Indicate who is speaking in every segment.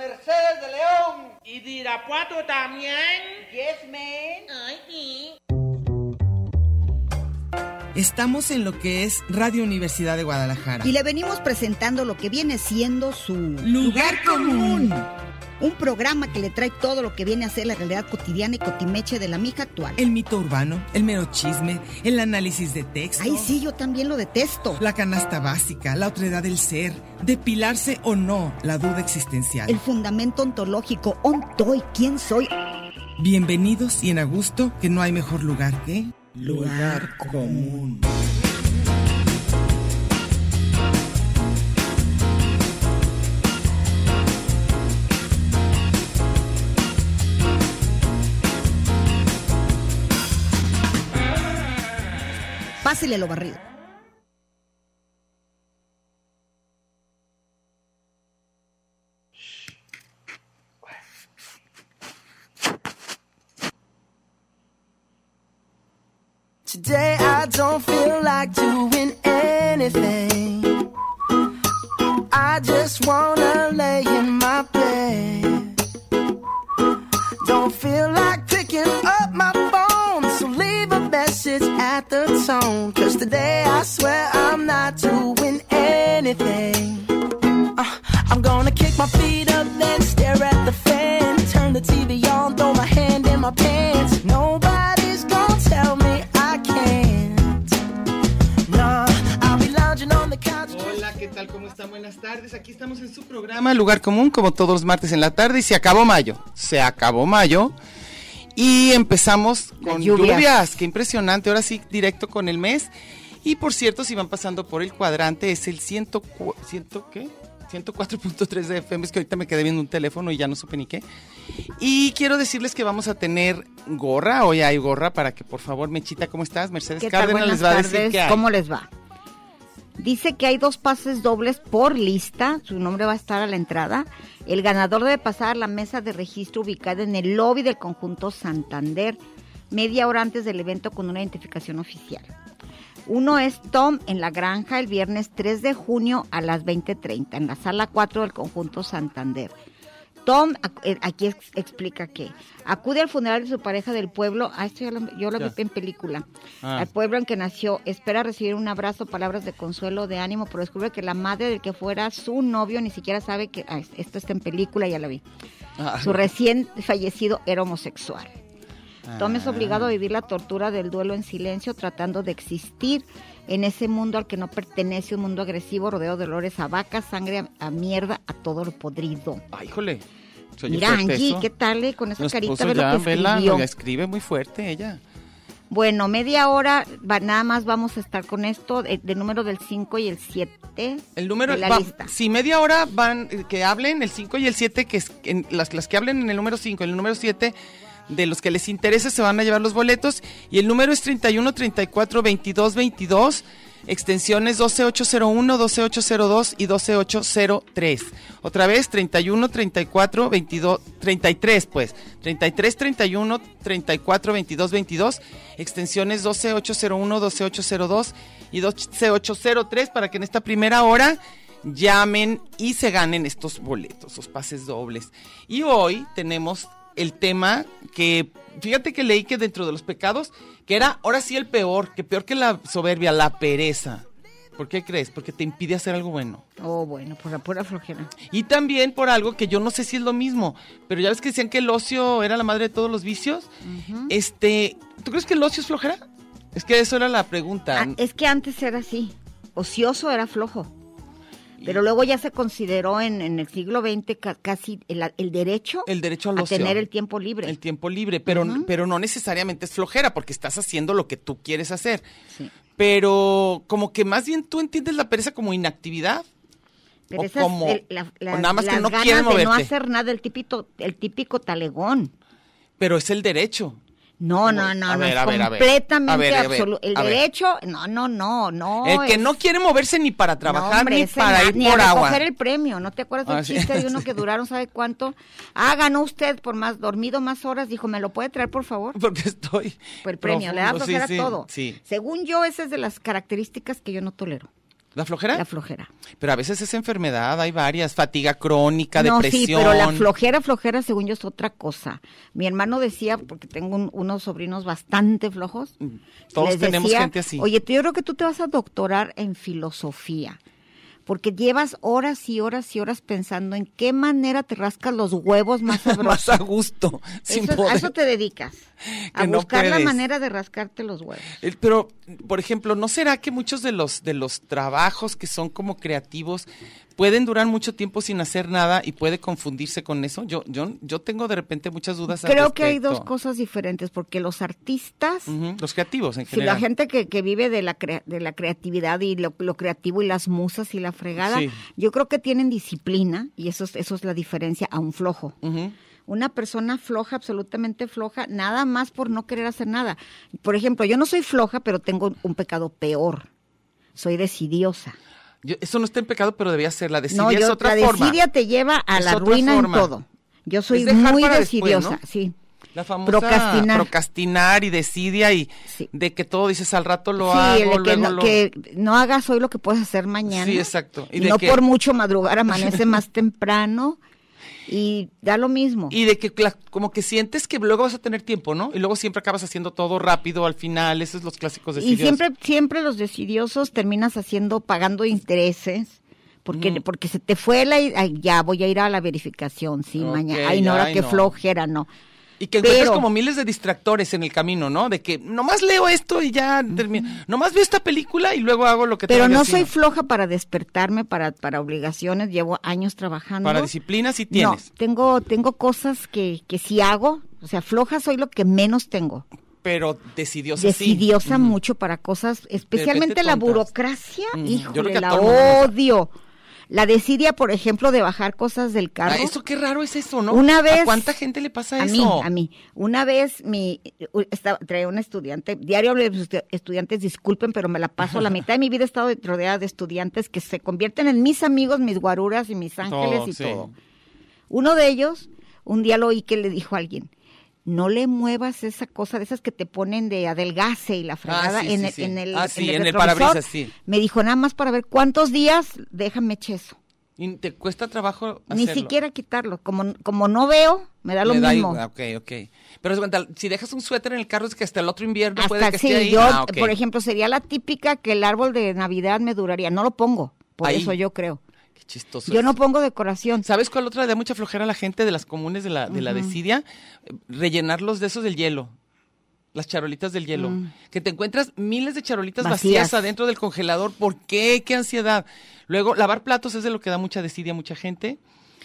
Speaker 1: Mercedes de León.
Speaker 2: ¿Y de Irapuato también?
Speaker 1: Yes, man.
Speaker 2: Ay, sí.
Speaker 3: Estamos en lo que es Radio Universidad de Guadalajara.
Speaker 4: Y le venimos presentando lo que viene siendo su
Speaker 3: Lugar Común.
Speaker 4: Un programa que le trae todo lo que viene a ser la realidad cotidiana y cotimeche de la mija actual.
Speaker 3: El mito urbano, el mero chisme, el análisis de texto.
Speaker 4: Ay, sí, yo también lo detesto.
Speaker 3: La canasta básica, la otredad del ser, depilarse o no, la duda existencial.
Speaker 4: El fundamento ontológico, ontoy, ¿quién soy?
Speaker 3: Bienvenidos y en a gusto, que no hay mejor lugar que... Lugar Común.
Speaker 4: Pásele lo barrido.
Speaker 5: Today I don't feel like doing anything. I just wanna lay in my bed. Don't feel like picking up my phone, so leave a message at the tone. 'Cause today I swear I'm not doing anything. I'm gonna kick my feet up, then stare at the fan. Turn the TV on, throw my hand in my pants. Nobody's gonna tell me I can't. No, I'll be lounging on the couch.
Speaker 3: Hola, ¿qué tal? ¿Cómo están? Buenas tardes. Aquí estamos en su programa Lugar Común, como todos los martes en la tarde. Y se acabó mayo. Y empezamos con lluvias. Qué impresionante. Ahora sí, directo con el mes. Y por cierto, si van pasando por el cuadrante, es el 104.3 de FM, es que ahorita me quedé viendo un teléfono y ya no supe ni qué. Y quiero decirles que vamos a tener gorra, hoy hay gorra, para que por favor, Mechita, ¿cómo estás? Mercedes Cárdenas les va a decir qué hay.
Speaker 4: ¿Cómo les va? Dice que hay 2 pases dobles por lista, su nombre va a estar a la entrada. El ganador debe pasar a la mesa de registro ubicada en el lobby del conjunto Santander, media hora antes del evento con una identificación oficial. Uno es Tom en La Granja el viernes 3 de junio a las 20:30 en la sala 4 del conjunto Santander. Tom aquí explica que acude al funeral de su pareja del pueblo, esto yo lo vi en película, al pueblo en que nació, espera recibir un abrazo, palabras de consuelo, de ánimo, pero descubre que la madre del que fuera su novio ni siquiera sabe que, esto está en película, ya la vi, su recién fallecido era homosexual. Tom es obligado a vivir la tortura del duelo en silencio, tratando de existir en ese mundo al que no pertenece, un mundo agresivo, rodeado de olores a vaca, sangre, a mierda, a todo lo podrido.
Speaker 3: Ay, híjole.
Speaker 4: Mira, Angie, eso. ¿Qué tal? Con esa carita, ver lo que
Speaker 3: escribió. Escribe muy fuerte ella.
Speaker 4: Bueno, media hora, nada más vamos a estar con esto, del número del 5 y el 7
Speaker 3: el número
Speaker 4: de la lista.
Speaker 3: Sí, media hora van, que hablen el 5 y el 7, que es, las que hablen en el número 5, en el número 7... de los que les interese se van a llevar los boletos, y el número es 31 34 22 22, extensiones 12801, 12802 y 12803. Otra vez 31 34 22 33, pues 33 31 34 22 22, extensiones 12801, 12802 y 12803, para que en esta primera hora llamen y se ganen estos boletos, los pases dobles. Y hoy tenemos el tema que, fíjate que leí que dentro de los pecados, que era ahora sí el peor, que peor que la soberbia, la pereza. ¿Por qué crees? Porque te impide hacer algo bueno.
Speaker 4: Oh, bueno, por la pura flojera.
Speaker 3: Y también por algo que yo no sé si es lo mismo, pero ya ves que decían que el ocio era la madre de todos los vicios. Uh-huh. ¿Tú crees que el ocio es flojera? Es que eso era la pregunta.
Speaker 4: Es que antes era así, ocioso era flojo. Pero luego ya se consideró en el siglo XX casi el derecho
Speaker 3: al ocio,
Speaker 4: a tener el tiempo libre.
Speaker 3: El tiempo libre, pero no necesariamente es flojera, porque estás haciendo lo que tú quieres hacer. Sí. Pero como que más bien tú entiendes la pereza como inactividad.
Speaker 4: Pereza
Speaker 3: o como,
Speaker 4: o
Speaker 3: nada más que no
Speaker 4: quieres
Speaker 3: moverte.
Speaker 4: De no hacer nada, el típico talegón.
Speaker 3: Pero es el derecho.
Speaker 4: No, completamente absoluto. El derecho, no.
Speaker 3: El que no quiere moverse ni para trabajar, ni para ir
Speaker 4: ni
Speaker 3: por
Speaker 4: a
Speaker 3: agua.
Speaker 4: recoger el premio. ¿No te acuerdas del chiste de uno que duraron sabe cuánto? Ganó usted por más dormido más horas. Dijo, ¿me lo puede traer, por favor?
Speaker 3: Porque estoy
Speaker 4: por el premio, le da flojera
Speaker 3: sí,
Speaker 4: todo.
Speaker 3: Sí.
Speaker 4: Según yo, esa es de las características que yo no tolero.
Speaker 3: ¿La flojera?
Speaker 4: La flojera.
Speaker 3: Pero a veces es enfermedad, hay varias, fatiga crónica,
Speaker 4: No,
Speaker 3: depresión.
Speaker 4: sí, pero la flojera, según yo, es otra cosa. Mi hermano decía, porque tengo unos sobrinos bastante flojos.
Speaker 3: Todos
Speaker 4: les
Speaker 3: tenemos
Speaker 4: decía,
Speaker 3: gente así.
Speaker 4: Oye, yo creo que tú te vas a doctorar en filosofía. Porque llevas horas y horas y horas pensando en qué manera te rascas los huevos más sabrosos.
Speaker 3: Más a gusto, sin
Speaker 4: A
Speaker 3: poder.
Speaker 4: eso te dedicas, a
Speaker 3: Que no
Speaker 4: buscar la
Speaker 3: puedes.
Speaker 4: manera de rascarte los huevos.
Speaker 3: Pero, por ejemplo, ¿no será que muchos de los trabajos que son como creativos pueden durar mucho tiempo sin hacer nada y puede confundirse con eso? Yo tengo de repente muchas dudas al
Speaker 4: Creo que hay
Speaker 3: respecto.
Speaker 4: dos cosas diferentes, porque los artistas,
Speaker 3: Ujú, los creativos en
Speaker 4: si la
Speaker 3: general.
Speaker 4: gente que vive de la creatividad y lo creativo y las musas y la fregada,
Speaker 3: Sí.
Speaker 4: yo creo que tienen disciplina y eso es la diferencia a un flojo.
Speaker 3: Ujú.
Speaker 4: Una persona floja, absolutamente floja, nada más por no querer hacer nada. Por ejemplo, yo no soy floja, pero tengo un pecado peor. Soy decidiosa.
Speaker 3: Eso no está en pecado, pero debía ser. La desidia
Speaker 4: No,
Speaker 3: es otra
Speaker 4: la
Speaker 3: forma.
Speaker 4: desidia te lleva a
Speaker 3: Es
Speaker 4: la
Speaker 3: otra
Speaker 4: ruina
Speaker 3: forma.
Speaker 4: en todo. Yo soy
Speaker 3: Es dejar
Speaker 4: muy
Speaker 3: para después,
Speaker 4: decidiosa,
Speaker 3: ¿no?
Speaker 4: sí.
Speaker 3: La famosa
Speaker 4: Procrastinar.
Speaker 3: y desidia y
Speaker 4: Sí.
Speaker 3: de que todo dices al rato lo
Speaker 4: Sí,
Speaker 3: hago,
Speaker 4: el de
Speaker 3: luego
Speaker 4: que no hagas hoy lo que puedes hacer mañana.
Speaker 3: Sí, exacto.
Speaker 4: Y
Speaker 3: de
Speaker 4: no
Speaker 3: que-
Speaker 4: por mucho madrugar, amanece más temprano y da lo mismo.
Speaker 3: Y de que como que sientes que luego vas a tener tiempo, ¿no? Y luego siempre acabas haciendo todo rápido al final, esos son los clásicos
Speaker 4: Y
Speaker 3: decidiosos.
Speaker 4: siempre los decidiosos terminas pagando intereses. Porque se te fue ay, ya voy a ir a la verificación, sí,
Speaker 3: Ok,
Speaker 4: mañana. Ay, no, ahora
Speaker 3: ay,
Speaker 4: qué
Speaker 3: no.
Speaker 4: flojera, no.
Speaker 3: Y que encuentras
Speaker 4: Pero-
Speaker 3: como miles de distractores en el camino, ¿no? De que nomás leo esto y ya termino. Nomás veo esta película y luego hago lo que
Speaker 4: Pero
Speaker 3: tengo que
Speaker 4: no
Speaker 3: hacer.
Speaker 4: soy floja para despertarme, para obligaciones, llevo años trabajando.
Speaker 3: Para disciplina sí tienes.
Speaker 4: No, tengo cosas que sí hago, o sea, floja soy lo que menos tengo.
Speaker 3: Pero decidiosa sí.
Speaker 4: Decidiosa mucho para cosas, especialmente la
Speaker 3: tontas.
Speaker 4: burocracia,
Speaker 3: Yo creo
Speaker 4: híjole,
Speaker 3: que a
Speaker 4: la
Speaker 3: todo el mundo nos da.
Speaker 4: odio. La desidia, por ejemplo, de bajar cosas del carro.
Speaker 3: Ah, eso qué raro es eso, ¿no?
Speaker 4: Una vez-
Speaker 3: ¿A cuánta gente le pasa
Speaker 4: A
Speaker 3: eso?
Speaker 4: mí. Una vez traía un estudiante, diario hablo de los estudiantes, disculpen, pero me la paso, la mitad de mi vida he estado rodeada de estudiantes que se convierten en mis amigos, mis guaruras y mis ángeles
Speaker 3: Todo,
Speaker 4: y
Speaker 3: sí.
Speaker 4: todo. Uno de ellos, un día lo oí que le dijo a alguien, no le muevas esa cosa de esas que te ponen de adelgace y la fregada
Speaker 3: sí,
Speaker 4: en,
Speaker 3: sí,
Speaker 4: el,
Speaker 3: sí.
Speaker 4: en el
Speaker 3: Ah, sí,
Speaker 4: en el
Speaker 3: en el
Speaker 4: retrovisor.
Speaker 3: parabrisas, sí.
Speaker 4: Me dijo, nada más para ver cuántos días, déjame eche eso.
Speaker 3: Y te cuesta trabajo
Speaker 4: Ni
Speaker 3: hacerlo.
Speaker 4: siquiera quitarlo. Como no veo, me da lo
Speaker 3: Le da
Speaker 4: mismo.
Speaker 3: igual, ok. Pero es cuenta, si dejas un suéter en el carro es que hasta el otro invierno puede
Speaker 4: Hasta
Speaker 3: que
Speaker 4: sí,
Speaker 3: esté ahí.
Speaker 4: yo,
Speaker 3: Ok.
Speaker 4: por ejemplo, sería la típica que el árbol de Navidad me duraría. No lo pongo, por
Speaker 3: Ahí.
Speaker 4: eso yo creo.
Speaker 3: Qué chistoso.
Speaker 4: Yo
Speaker 3: es.
Speaker 4: no pongo decoración.
Speaker 3: ¿Sabes cuál otra le da mucha flojera a la gente de las comunes de la desidia? Rellenarlos de esos del hielo. Las charolitas del hielo. Que te encuentras miles de charolitas vacías
Speaker 4: Vacías.
Speaker 3: adentro del congelador. ¿Por qué? ¡Qué ansiedad! Luego, lavar platos es de lo que da mucha desidia a mucha gente.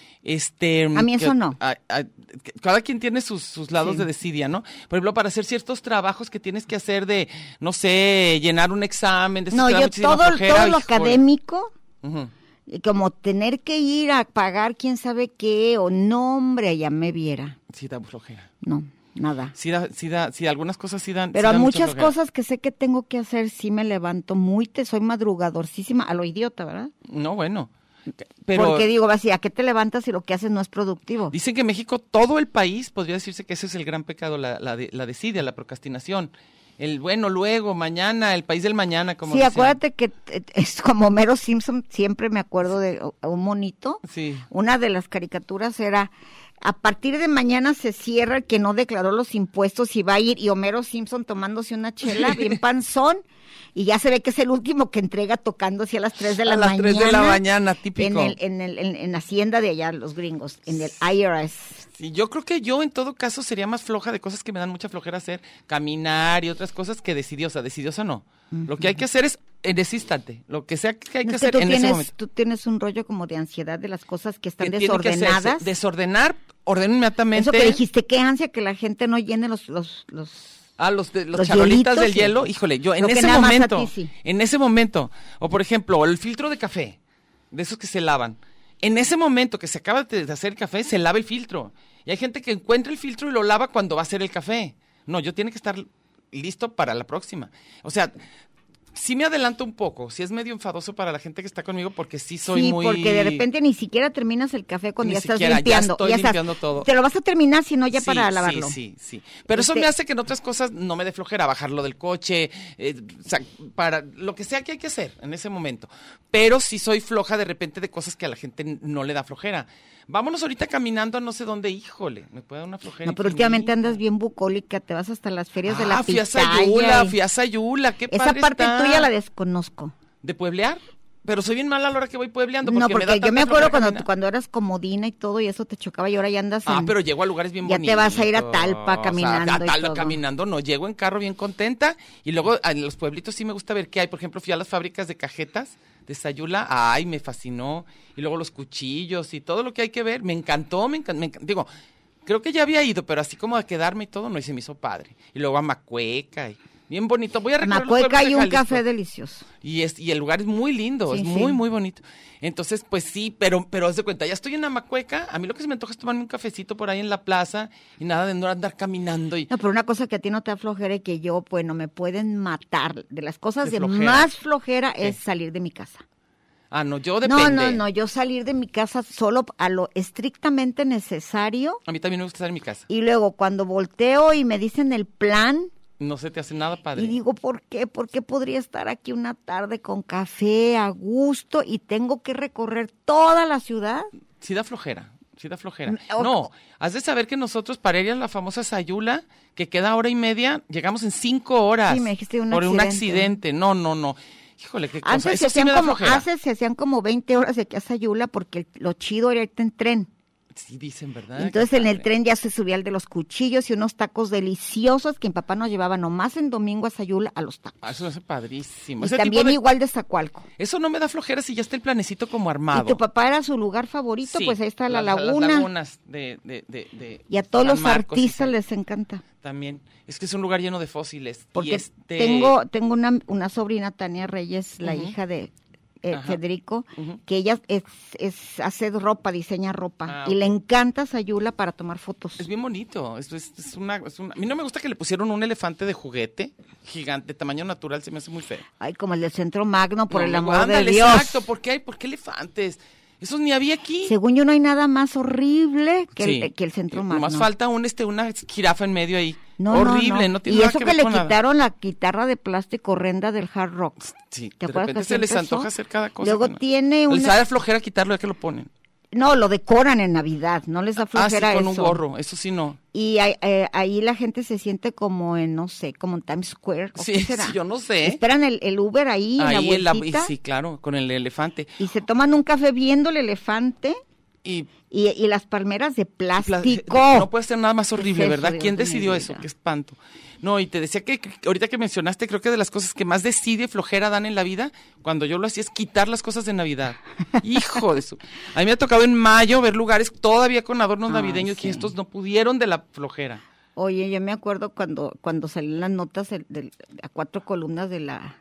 Speaker 4: A mí eso no.
Speaker 3: Cada quien tiene sus lados
Speaker 4: Sí.
Speaker 3: de desidia, ¿no? Por ejemplo, para hacer ciertos trabajos que tienes que hacer de, no sé, llenar un examen. De esos
Speaker 4: No,
Speaker 3: que da
Speaker 4: yo
Speaker 3: muchísima
Speaker 4: todo
Speaker 3: flojera,
Speaker 4: lo
Speaker 3: híjole.
Speaker 4: académico,
Speaker 3: Ujú.
Speaker 4: como tener que ir a pagar quién sabe qué, o no, hombre, ya me viera.
Speaker 3: Sí, da flojera.
Speaker 4: No, nada.
Speaker 3: Sí, algunas cosas sí dan.
Speaker 4: Pero
Speaker 3: sí
Speaker 4: a
Speaker 3: dan mucha
Speaker 4: muchas
Speaker 3: flojera.
Speaker 4: cosas que sé que tengo que hacer, sí me levanto soy madrugadorcísima, a lo idiota, ¿verdad?
Speaker 3: No, bueno. Pero
Speaker 4: Porque digo, así, ¿a qué te levantas si lo que haces no es productivo?
Speaker 3: dicen que en México, todo el país, podría decirse que ese es el gran pecado, la desidia, la procrastinación. El bueno, luego, mañana, el país del mañana, como
Speaker 4: Sí,
Speaker 3: decían.
Speaker 4: acuérdate que es como Homero Simpson, siempre me acuerdo de un monito.
Speaker 3: Sí.
Speaker 4: Una de las caricaturas era, a partir de mañana se cierra el que no declaró los impuestos y va a ir, y Homero Simpson tomándose una chela bien panzón, y ya se ve que es el último que entrega tocando hacia las 3 de la
Speaker 3: A las
Speaker 4: mañana.
Speaker 3: 3 de la mañana, típico.
Speaker 4: En Hacienda de allá, los gringos, en el IRS.
Speaker 3: Sí, yo creo que yo en todo caso sería más floja de cosas que me dan mucha flojera hacer, caminar y otras cosas que decidiosa. Decidiosa no. Lo que hay que hacer es en ese instante, lo que sea que hay que
Speaker 4: Es que
Speaker 3: hacer en ese momento.
Speaker 4: tú tienes un rollo como de ansiedad de las cosas que están
Speaker 3: Que tiene que hacerse.
Speaker 4: desordenadas.
Speaker 3: Desordenar, ordeno inmediatamente.
Speaker 4: Eso que dijiste, qué ansia que la gente no llene los
Speaker 3: Los
Speaker 4: los
Speaker 3: charolitas
Speaker 4: hielitos,
Speaker 3: del
Speaker 4: sí.
Speaker 3: hielo, híjole, yo en
Speaker 4: Lo que
Speaker 3: ese
Speaker 4: nada más a
Speaker 3: momento,
Speaker 4: ti sí.
Speaker 3: en ese momento, o por ejemplo, el filtro de café, de esos que se lavan, en ese momento que se acaba de hacer el café, se lava el filtro. Y hay gente que encuentra el filtro y lo lava cuando va a hacer el café. No, yo tiene que estar listo para la próxima. O sea, sí me adelanto un poco, sí es medio enfadoso para la gente que está conmigo porque sí soy
Speaker 4: sí,
Speaker 3: muy...
Speaker 4: porque de repente ni siquiera terminas el café cuando
Speaker 3: Ni
Speaker 4: ya estás
Speaker 3: siquiera,
Speaker 4: limpiando.
Speaker 3: ya estoy limpiando todo.
Speaker 4: Te lo vas a terminar, si no ya
Speaker 3: Sí,
Speaker 4: para lavarlo.
Speaker 3: Sí. Pero eso me hace que en otras cosas no me dé flojera, bajarlo del coche, para lo que sea que hay que hacer en ese momento. Pero sí soy floja de repente de cosas que a la gente no le da flojera. Vámonos ahorita caminando a no sé dónde, híjole, me puede dar una flojera.
Speaker 4: No, pero últimamente andas bien bucólica, te vas hasta las ferias de la
Speaker 3: fui a
Speaker 4: pitaya.
Speaker 3: Fui a Sayula, qué
Speaker 4: Esa
Speaker 3: padre
Speaker 4: parte
Speaker 3: está.
Speaker 4: tuya la desconozco.
Speaker 3: ¿De pueblear? Pero soy bien mala a la hora que voy puebleando.
Speaker 4: No,
Speaker 3: Porque
Speaker 4: porque
Speaker 3: me da
Speaker 4: yo
Speaker 3: tanta
Speaker 4: me acuerdo
Speaker 3: flojera
Speaker 4: cuando eras comodina y todo y eso te chocaba y ahora ya andas en...
Speaker 3: pero llego a lugares bien
Speaker 4: ya
Speaker 3: bonitos.
Speaker 4: te vas a ir a Talpa caminando
Speaker 3: a
Speaker 4: y
Speaker 3: Talpa
Speaker 4: todo.
Speaker 3: caminando, no, llego en carro bien contenta y luego en los pueblitos sí me gusta ver qué hay. Por ejemplo, fui a las fábricas de cajetas de Sayula, ay, me fascinó. Y luego los cuchillos y todo lo que hay que ver, me encantó. Digo, creo que ya había ido, pero así como a quedarme y todo, no, y se me hizo padre. Y luego a Macueca, y bien bonito. Voy a recorrer los
Speaker 4: Macueca
Speaker 3: pueblos de
Speaker 4: hay un
Speaker 3: Jalisco.
Speaker 4: café delicioso.
Speaker 3: Y el lugar es muy lindo,
Speaker 4: Sí,
Speaker 3: es
Speaker 4: sí.
Speaker 3: muy, muy bonito. Entonces, pues sí, pero haz de cuenta, ya estoy en Amacueca, a mí lo que se me antoja es tomarme un cafecito por ahí en la plaza y nada de no andar caminando y...
Speaker 4: No, pero una cosa que a ti no te da flojera y que yo, pues, no me pueden matar. De las cosas
Speaker 3: De
Speaker 4: de
Speaker 3: flojera.
Speaker 4: más flojera
Speaker 3: ¿Qué?
Speaker 4: es salir de mi casa.
Speaker 3: Ah, no, yo depende.
Speaker 4: No, yo salir de mi casa solo a lo estrictamente necesario
Speaker 3: A mí también me gusta estar en mi casa.
Speaker 4: y luego cuando volteo y me dicen el plan
Speaker 3: No se te hace nada padre.
Speaker 4: y digo, ¿por qué? ¿Por qué podría estar aquí una tarde con café a gusto y tengo que recorrer toda la ciudad?
Speaker 3: Sí da flojera, sí da flojera.
Speaker 4: O-
Speaker 3: No, has de saber que nosotros para ir a la famosa Sayula, que queda hora y media, llegamos en 5 horas.
Speaker 4: Sí, me dijiste un
Speaker 3: por un
Speaker 4: accidente.
Speaker 3: accidente. No. Híjole, qué cosa.
Speaker 4: Antes
Speaker 3: Eso sí me da flojera.
Speaker 4: se hacían como 20 horas de aquí a Sayula porque lo chido era irte en tren.
Speaker 3: Sí, dicen, ¿verdad?
Speaker 4: Entonces
Speaker 3: Qué
Speaker 4: en el
Speaker 3: padre.
Speaker 4: tren ya se subía el de los cuchillos y unos tacos deliciosos que mi papá nos llevaba nomás en domingo a Sayula a los tacos.
Speaker 3: Ah, eso me hace padrísimo.
Speaker 4: Y
Speaker 3: Ese
Speaker 4: también
Speaker 3: tipo de-
Speaker 4: igual de Zacualco.
Speaker 3: Eso no me da flojera si ya está el planecito como armado.
Speaker 4: Y tu papá era su lugar favorito,
Speaker 3: Sí,
Speaker 4: pues ahí está la
Speaker 3: las
Speaker 4: laguna.
Speaker 3: lagunas de
Speaker 4: Y a todos
Speaker 3: San
Speaker 4: los
Speaker 3: Marcos y
Speaker 4: artistas
Speaker 3: San-
Speaker 4: les encanta.
Speaker 3: También. Es que es un lugar lleno de fósiles.
Speaker 4: Porque
Speaker 3: y
Speaker 4: tengo una sobrina, Tania Reyes, la
Speaker 3: Ujú.
Speaker 4: hija de
Speaker 3: Ajá.
Speaker 4: Federico,
Speaker 3: Ujú.
Speaker 4: que ella hace ropa, diseña ropa.
Speaker 3: Ah,
Speaker 4: y le
Speaker 3: ok.
Speaker 4: encanta Sayula para tomar fotos.
Speaker 3: Es bien bonito. Es una... A mí no me gusta que le pusieron un elefante de juguete gigante, tamaño natural, se me hace muy feo.
Speaker 4: Ay, como el del Centro Magno, por
Speaker 3: No,
Speaker 4: el
Speaker 3: luego,
Speaker 4: amor de
Speaker 3: ándale,
Speaker 4: Dios.
Speaker 3: Exacto, ¿por qué elefantes? Esos ni había aquí.
Speaker 4: Según yo no hay nada más horrible que,
Speaker 3: Sí.
Speaker 4: que el Centro
Speaker 3: Más
Speaker 4: Magno.
Speaker 3: falta una jirafa en medio ahí.
Speaker 4: No,
Speaker 3: Horrible, no tiene
Speaker 4: Y
Speaker 3: nada
Speaker 4: eso
Speaker 3: que
Speaker 4: que
Speaker 3: ver
Speaker 4: le
Speaker 3: con nada.
Speaker 4: quitaron la guitarra de plástico horrenda del hard rock.
Speaker 3: Sí,
Speaker 4: ¿Te
Speaker 3: de
Speaker 4: acuerdas
Speaker 3: repente
Speaker 4: que
Speaker 3: se les
Speaker 4: siempre
Speaker 3: antoja
Speaker 4: eso?
Speaker 3: hacer cada cosa.
Speaker 4: Luego
Speaker 3: que no.
Speaker 4: tiene
Speaker 3: Les
Speaker 4: una...
Speaker 3: da flojera quitarlo ya que lo ponen.
Speaker 4: No, lo decoran en Navidad, no les da flojera
Speaker 3: sí, con
Speaker 4: eso.
Speaker 3: un gorro, eso sí no.
Speaker 4: Y ahí la gente se siente como en, no sé, como en Times Square. ¿O
Speaker 3: Sí,
Speaker 4: qué será?
Speaker 3: sí, yo no sé.
Speaker 4: Esperan el Uber ahí,
Speaker 3: Ahí
Speaker 4: en la vueltita,
Speaker 3: sí, claro, con el elefante.
Speaker 4: y se toman un café viendo el elefante
Speaker 3: Y
Speaker 4: y las palmeras de plástico.
Speaker 3: no puede ser nada más horrible,
Speaker 4: eso,
Speaker 3: ¿verdad?
Speaker 4: Dios
Speaker 3: ¿Quién
Speaker 4: de mi
Speaker 3: decidió
Speaker 4: vida?
Speaker 3: eso? Qué espanto. No, y te decía que ahorita que mencionaste, creo que de las cosas que más decide flojera dan en la vida, cuando yo lo hacía es quitar las cosas de Navidad. Hijo de eso. A mí me ha tocado en mayo ver lugares todavía con adornos
Speaker 4: Ay,
Speaker 3: navideños
Speaker 4: sí.
Speaker 3: que estos no pudieron de la flojera.
Speaker 4: Oye, yo me acuerdo cuando salían las notas a 4 columnas de la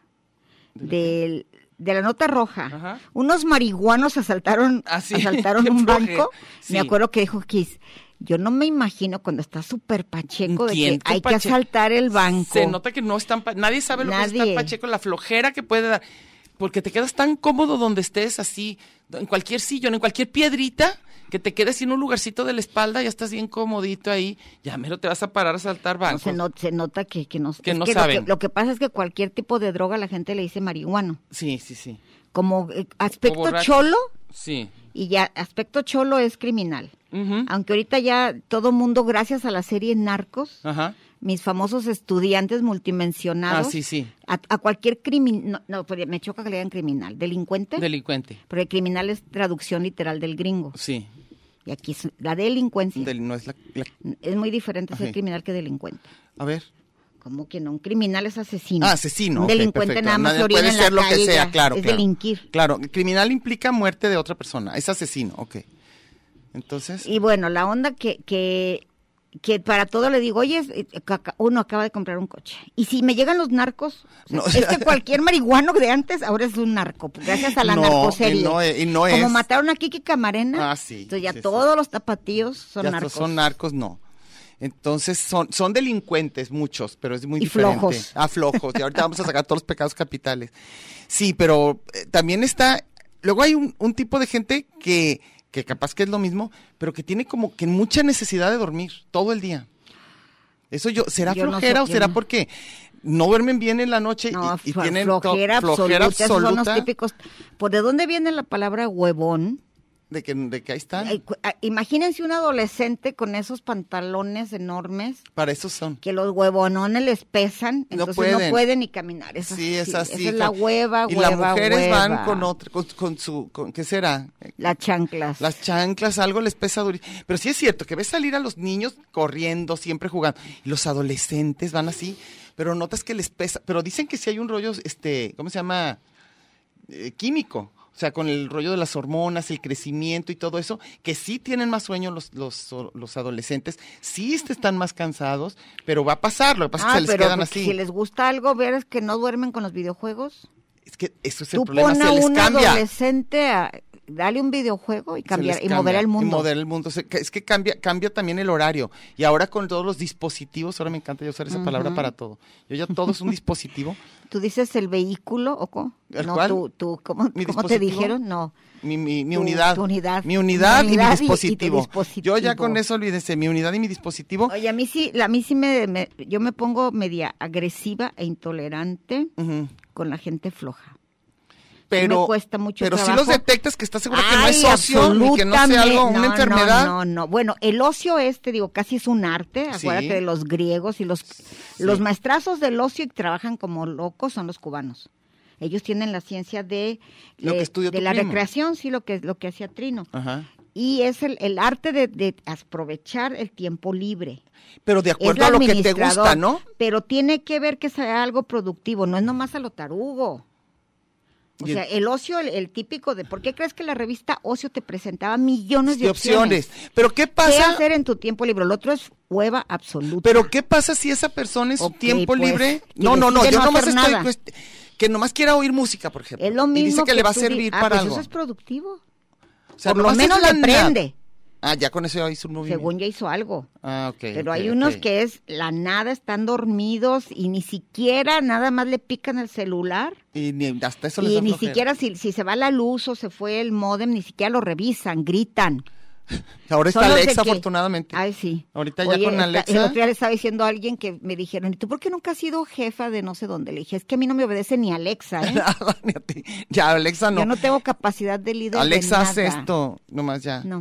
Speaker 4: nota roja.
Speaker 3: Ajá.
Speaker 4: Unos marihuanos asaltaron
Speaker 3: Ah, sí.
Speaker 4: un
Speaker 3: Qué
Speaker 4: banco.
Speaker 3: flojera. Sí.
Speaker 4: Me acuerdo que dijo Kiss, yo no me imagino cuando está súper pacheco de
Speaker 3: ¿Quién?
Speaker 4: que hay
Speaker 3: Pacheco?
Speaker 4: que asaltar el banco.
Speaker 3: Se nota que no están, nadie sabe lo que es
Speaker 4: Nadie.
Speaker 3: estar pacheco, la flojera que puede dar, porque te quedas tan cómodo donde estés así, en cualquier sillón, en cualquier piedrita, que te quedes en un lugarcito de la espalda, ya estás bien comodito ahí, ya mero te vas a parar a saltar
Speaker 4: No,
Speaker 3: bancos.
Speaker 4: se nota que no,
Speaker 3: Que
Speaker 4: es
Speaker 3: no
Speaker 4: que
Speaker 3: saben.
Speaker 4: Lo que pasa es que cualquier tipo de droga la gente le dice marihuano.
Speaker 3: Sí, sí, sí.
Speaker 4: Como
Speaker 3: O
Speaker 4: aspecto
Speaker 3: borracho.
Speaker 4: cholo,
Speaker 3: Sí.
Speaker 4: y ya aspecto cholo es criminal.
Speaker 3: Ujú.
Speaker 4: Aunque ahorita ya todo mundo, gracias a la serie Narcos,
Speaker 3: Ajá.
Speaker 4: mis famosos estudiantes multimensionados,
Speaker 3: Ah, sí, sí.
Speaker 4: a cualquier criminal, no, pues me choca que le digan criminal, delincuente,
Speaker 3: Delincuente.
Speaker 4: porque el criminal es traducción literal del gringo.
Speaker 3: Sí.
Speaker 4: Y aquí la delincuencia
Speaker 3: No es la...
Speaker 4: es muy diferente ser
Speaker 3: Ajá.
Speaker 4: criminal que delincuente.
Speaker 3: A ver.
Speaker 4: ¿Cómo que no? Un criminal es asesino.
Speaker 3: Ah, asesino.
Speaker 4: Un
Speaker 3: ok,
Speaker 4: delincuente
Speaker 3: perfecto.
Speaker 4: nada más
Speaker 3: Nadie
Speaker 4: se orina
Speaker 3: puede
Speaker 4: en la
Speaker 3: ser lo que
Speaker 4: calle,
Speaker 3: sea,
Speaker 4: ya.
Speaker 3: claro.
Speaker 4: Es
Speaker 3: claro.
Speaker 4: delinquir.
Speaker 3: Claro, criminal implica muerte de otra persona, es asesino, ok. Entonces...
Speaker 4: Y bueno, la onda que para todo le digo, oye, uno acaba de comprar un coche. Y si me llegan los narcos,
Speaker 3: No,
Speaker 4: es que cualquier marihuano de antes ahora es un narco, gracias a la
Speaker 3: No,
Speaker 4: narcoserie.
Speaker 3: y no
Speaker 4: Como
Speaker 3: es.
Speaker 4: mataron a Kiki Camarena,
Speaker 3: Ah, sí,
Speaker 4: entonces ya
Speaker 3: sí, sí.
Speaker 4: todos los tapatíos son
Speaker 3: ya
Speaker 4: narcos.
Speaker 3: son narcos, no. Entonces son delincuentes muchos, pero es muy
Speaker 4: Y
Speaker 3: diferente.
Speaker 4: flojos.
Speaker 3: Flojos. Y ahorita vamos a sacar todos los pecados capitales. Sí, pero también está, luego hay un tipo de gente que capaz que es lo mismo, pero que tiene como que mucha necesidad de dormir todo el día. Eso ¿será
Speaker 4: Yo no
Speaker 3: flojera
Speaker 4: sé,
Speaker 3: o
Speaker 4: yo
Speaker 3: será
Speaker 4: no.
Speaker 3: porque no duermen bien en la noche
Speaker 4: No,
Speaker 3: y tienen
Speaker 4: flojera
Speaker 3: flojera
Speaker 4: absoluta. Esos son los
Speaker 3: absoluta
Speaker 4: típicos. ¿Por de dónde viene la palabra huevón?
Speaker 3: de que ahí están?
Speaker 4: Imagínense un adolescente con esos pantalones enormes
Speaker 3: Para eso son.
Speaker 4: que los huevonones les pesan,
Speaker 3: No
Speaker 4: entonces
Speaker 3: pueden.
Speaker 4: no pueden ni caminar.
Speaker 3: Sí, es así.
Speaker 4: Esa es la hueva,
Speaker 3: y
Speaker 4: hueva,
Speaker 3: las mujeres
Speaker 4: hueva.
Speaker 3: van con otra, con ¿qué será?
Speaker 4: Las chanclas.
Speaker 3: Las chanclas, algo les pesa durísimo. Pero sí es cierto que ves salir a los niños corriendo, siempre jugando. Y los adolescentes van así, pero notas que les pesa. Pero dicen que sí hay un rollo, ¿cómo se llama? Químico. O sea, con el rollo de las hormonas, el crecimiento y todo eso, que sí tienen más sueño los adolescentes, sí están más cansados, pero va a pasar, lo que pasa es que se les
Speaker 4: pero
Speaker 3: quedan
Speaker 4: porque
Speaker 3: así.
Speaker 4: si les gusta algo, ver es que no duermen con los videojuegos.
Speaker 3: Es que eso es el
Speaker 4: Tú
Speaker 3: problema,
Speaker 4: pon
Speaker 3: se
Speaker 4: a
Speaker 3: les
Speaker 4: un
Speaker 3: cambia.
Speaker 4: adolescente dale un videojuego y
Speaker 3: Se
Speaker 4: cambiar
Speaker 3: les
Speaker 4: y
Speaker 3: cambia,
Speaker 4: mover el mundo.
Speaker 3: Y mover el mundo. O sea, es que cambia también el horario. Y ahora con todos los dispositivos, ahora me encanta ya usar esa palabra para todo. Ya todo es un dispositivo.
Speaker 4: ¿Tú dices el vehículo o cómo?
Speaker 3: ¿El
Speaker 4: no,
Speaker 3: cuál?
Speaker 4: ¿cómo
Speaker 3: ¿Mi
Speaker 4: te
Speaker 3: dispositivo?
Speaker 4: dijeron? No.
Speaker 3: Mi
Speaker 4: Tu
Speaker 3: unidad.
Speaker 4: unidad.
Speaker 3: Mi unidad y mi
Speaker 4: y tu
Speaker 3: dispositivo.
Speaker 4: dispositivo.
Speaker 3: Yo ya con eso olvídense, mi unidad y mi dispositivo.
Speaker 4: Oye, a mí sí yo me pongo media agresiva e intolerante
Speaker 3: Ujú.
Speaker 4: con la gente floja.
Speaker 3: Pero,
Speaker 4: me cuesta mucho
Speaker 3: pero
Speaker 4: trabajo.
Speaker 3: si los detectas que estás segura que no
Speaker 4: Ay,
Speaker 3: es ocio, ni que no sea algo,
Speaker 4: absolutamente.
Speaker 3: una enfermedad.
Speaker 4: No. Bueno, el ocio digo, casi es un arte.
Speaker 3: Sí.
Speaker 4: Acuérdate de los griegos y los maestrazos del ocio y trabajan como locos son los cubanos. Ellos tienen la ciencia de
Speaker 3: Lo que estudió
Speaker 4: de
Speaker 3: tu
Speaker 4: la
Speaker 3: primo.
Speaker 4: recreación, sí, lo que hacía Trino.
Speaker 3: Ajá.
Speaker 4: Y es el arte de aprovechar el tiempo libre.
Speaker 3: Pero de
Speaker 4: Es
Speaker 3: acuerdo
Speaker 4: el
Speaker 3: a lo que te
Speaker 4: administrador,
Speaker 3: gusta, ¿no?
Speaker 4: Pero tiene que ver que sea algo productivo, no es nomás a lo tarugo. O
Speaker 3: Y
Speaker 4: sea, el ocio, el típico de... ¿Por qué crees que la revista Ocio te presentaba millones de
Speaker 3: De
Speaker 4: opciones?
Speaker 3: opciones. Pero ¿qué
Speaker 4: ¿Qué
Speaker 3: pasa?
Speaker 4: hacer en tu tiempo libre? Lo otro es hueva absoluta.
Speaker 3: Pero ¿qué pasa si esa persona en su
Speaker 4: Ok,
Speaker 3: tiempo
Speaker 4: pues,
Speaker 3: libre?
Speaker 4: que
Speaker 3: No,
Speaker 4: decide
Speaker 3: yo
Speaker 4: no
Speaker 3: nomás
Speaker 4: hacer
Speaker 3: estoy
Speaker 4: nada.
Speaker 3: que nomás quiera oír música, por ejemplo.
Speaker 4: Es lo mismo
Speaker 3: y dice que le va a
Speaker 4: tú
Speaker 3: servir para
Speaker 4: pues
Speaker 3: algo.
Speaker 4: eso es productivo.
Speaker 3: O sea,
Speaker 4: Por lo
Speaker 3: nomás
Speaker 4: menos
Speaker 3: es la
Speaker 4: le
Speaker 3: nada.
Speaker 4: prende.
Speaker 3: Ah, ya con eso hizo un movimiento.
Speaker 4: Según ya hizo algo.
Speaker 3: Ah, ok.
Speaker 4: Pero
Speaker 3: ok,
Speaker 4: hay unos
Speaker 3: ok.
Speaker 4: que es la nada, están dormidos y ni siquiera nada más le pican el celular.
Speaker 3: Y hasta eso les
Speaker 4: Y
Speaker 3: da
Speaker 4: ni
Speaker 3: flojera.
Speaker 4: siquiera si se va la luz o se fue el módem, ni siquiera lo revisan, gritan.
Speaker 3: Ahora está
Speaker 4: Son los de
Speaker 3: Alexa,
Speaker 4: que-
Speaker 3: afortunadamente.
Speaker 4: Ay, sí.
Speaker 3: Ahorita ya
Speaker 4: Oye,
Speaker 3: con Alexa.
Speaker 4: El otro día le estaba diciendo a alguien que me dijeron, ¿y tú por qué nunca has sido jefa de no sé dónde? Le dije, es que a mí no me obedece ni Alexa, ¿eh?
Speaker 3: Ni a ti. Ya, Alexa no.
Speaker 4: Yo no tengo capacidad de líder
Speaker 3: Alexa
Speaker 4: de
Speaker 3: hace
Speaker 4: nada.
Speaker 3: esto, nomás ya.
Speaker 4: No.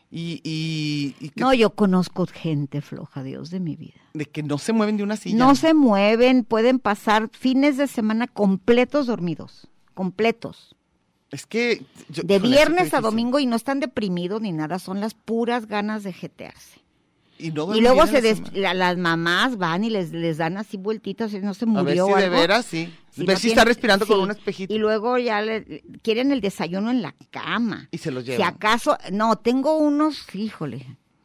Speaker 3: Y que,
Speaker 4: No, yo conozco gente floja, Dios de mi vida.
Speaker 3: de que no se mueven de una silla.
Speaker 4: No se mueven, pueden pasar fines de semana completos dormidos, completos.
Speaker 3: Es que...
Speaker 4: De
Speaker 3: híjole,
Speaker 4: viernes
Speaker 3: qué
Speaker 4: a
Speaker 3: difícil.
Speaker 4: domingo y no están deprimidos ni nada, son las puras ganas de jetearse.
Speaker 3: Y, no
Speaker 4: Y
Speaker 3: duermen
Speaker 4: luego
Speaker 3: bien en la semana.
Speaker 4: las mamás van y les dan así vueltitas, y no se
Speaker 3: A ver
Speaker 4: murió
Speaker 3: si
Speaker 4: o
Speaker 3: de
Speaker 4: algo.
Speaker 3: veras, sí.
Speaker 4: Si
Speaker 3: ver
Speaker 4: no
Speaker 3: si
Speaker 4: tiene-
Speaker 3: está respirando con
Speaker 4: sí.
Speaker 3: un espejito.
Speaker 4: Y luego ya quieren el desayuno en la cama.
Speaker 3: Y se los
Speaker 4: Si
Speaker 3: llevan.
Speaker 4: acaso, no, tengo unos, híjole,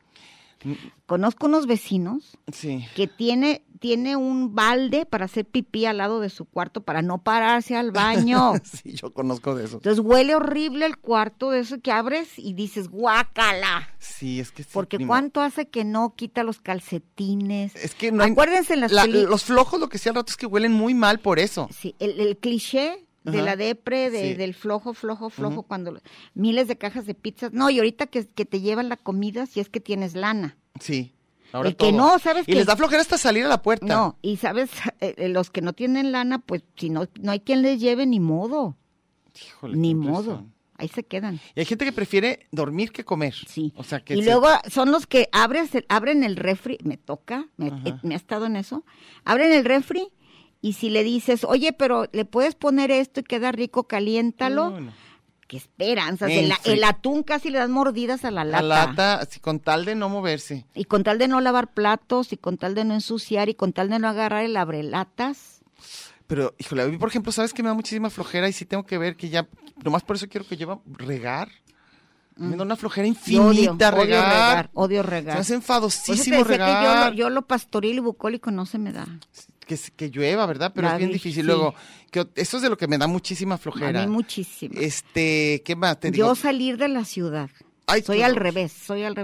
Speaker 4: conozco unos vecinos
Speaker 3: Sí.
Speaker 4: que tiene un balde para hacer pipí al lado de su cuarto para no pararse al baño.
Speaker 3: Sí, yo conozco de eso.
Speaker 4: Entonces huele horrible el cuarto de eso que abres y dices, guácala.
Speaker 3: Sí, es que sí.
Speaker 4: Porque
Speaker 3: ni
Speaker 4: cuánto hace que no quita los calcetines.
Speaker 3: Es que no hay-
Speaker 4: Acuérdense en las
Speaker 3: los flojos lo que sea al rato es que huelen muy mal por eso.
Speaker 4: Sí, el cliché de
Speaker 3: Ajá.
Speaker 4: la depre,
Speaker 3: Sí.
Speaker 4: del flojo, cuando miles de cajas de pizzas. No, y ahorita que te llevan la comida si es que tienes lana.
Speaker 3: Sí. Ahora
Speaker 4: El que
Speaker 3: todo.
Speaker 4: no, ¿sabes
Speaker 3: Y
Speaker 4: qué?
Speaker 3: les da flojera hasta salir a la puerta.
Speaker 4: No, y sabes, los que no tienen lana, pues si no hay quien les lleve, ni modo.
Speaker 3: Híjole,
Speaker 4: Ni
Speaker 3: qué
Speaker 4: modo.
Speaker 3: impresión.
Speaker 4: Ahí se quedan.
Speaker 3: Y hay gente que prefiere dormir que comer.
Speaker 4: Sí.
Speaker 3: O sea que
Speaker 4: Y
Speaker 3: se-
Speaker 4: luego son los que abren el refri, me toca, me ha estado en eso, abren el refri y si le dices, oye, pero le puedes poner esto y queda rico, caliéntalo,
Speaker 3: No, no.
Speaker 4: qué esperanzas,
Speaker 3: En
Speaker 4: el atún casi le dan mordidas a la lata.
Speaker 3: La lata, así, con tal de no moverse.
Speaker 4: Y con tal de no lavar platos, y con tal de no ensuciar, y con tal de no agarrar el abrelatas.
Speaker 3: Pero, híjole, a mí, por ejemplo, ¿sabes que me da muchísima flojera? Y sí tengo que ver que ya, nomás por eso quiero que lleva regar. Me da una flojera
Speaker 4: Yo
Speaker 3: infinita regar.
Speaker 4: odio
Speaker 3: Se
Speaker 4: regar.
Speaker 3: me hace
Speaker 4: Por eso te
Speaker 3: enfadosísimo
Speaker 4: decía que
Speaker 3: regar.
Speaker 4: yo lo pastoril y bucólico no se me da.
Speaker 3: Que llueva, ¿verdad? Pero es bien difícil.
Speaker 4: Sí.
Speaker 3: Luego, eso es de lo que me da muchísima flojera.
Speaker 4: A mí muchísimo.
Speaker 3: ¿Qué más te digo?
Speaker 4: Yo salir de la ciudad.
Speaker 3: Ay,
Speaker 4: soy
Speaker 3: tú
Speaker 4: al
Speaker 3: no.
Speaker 4: revés.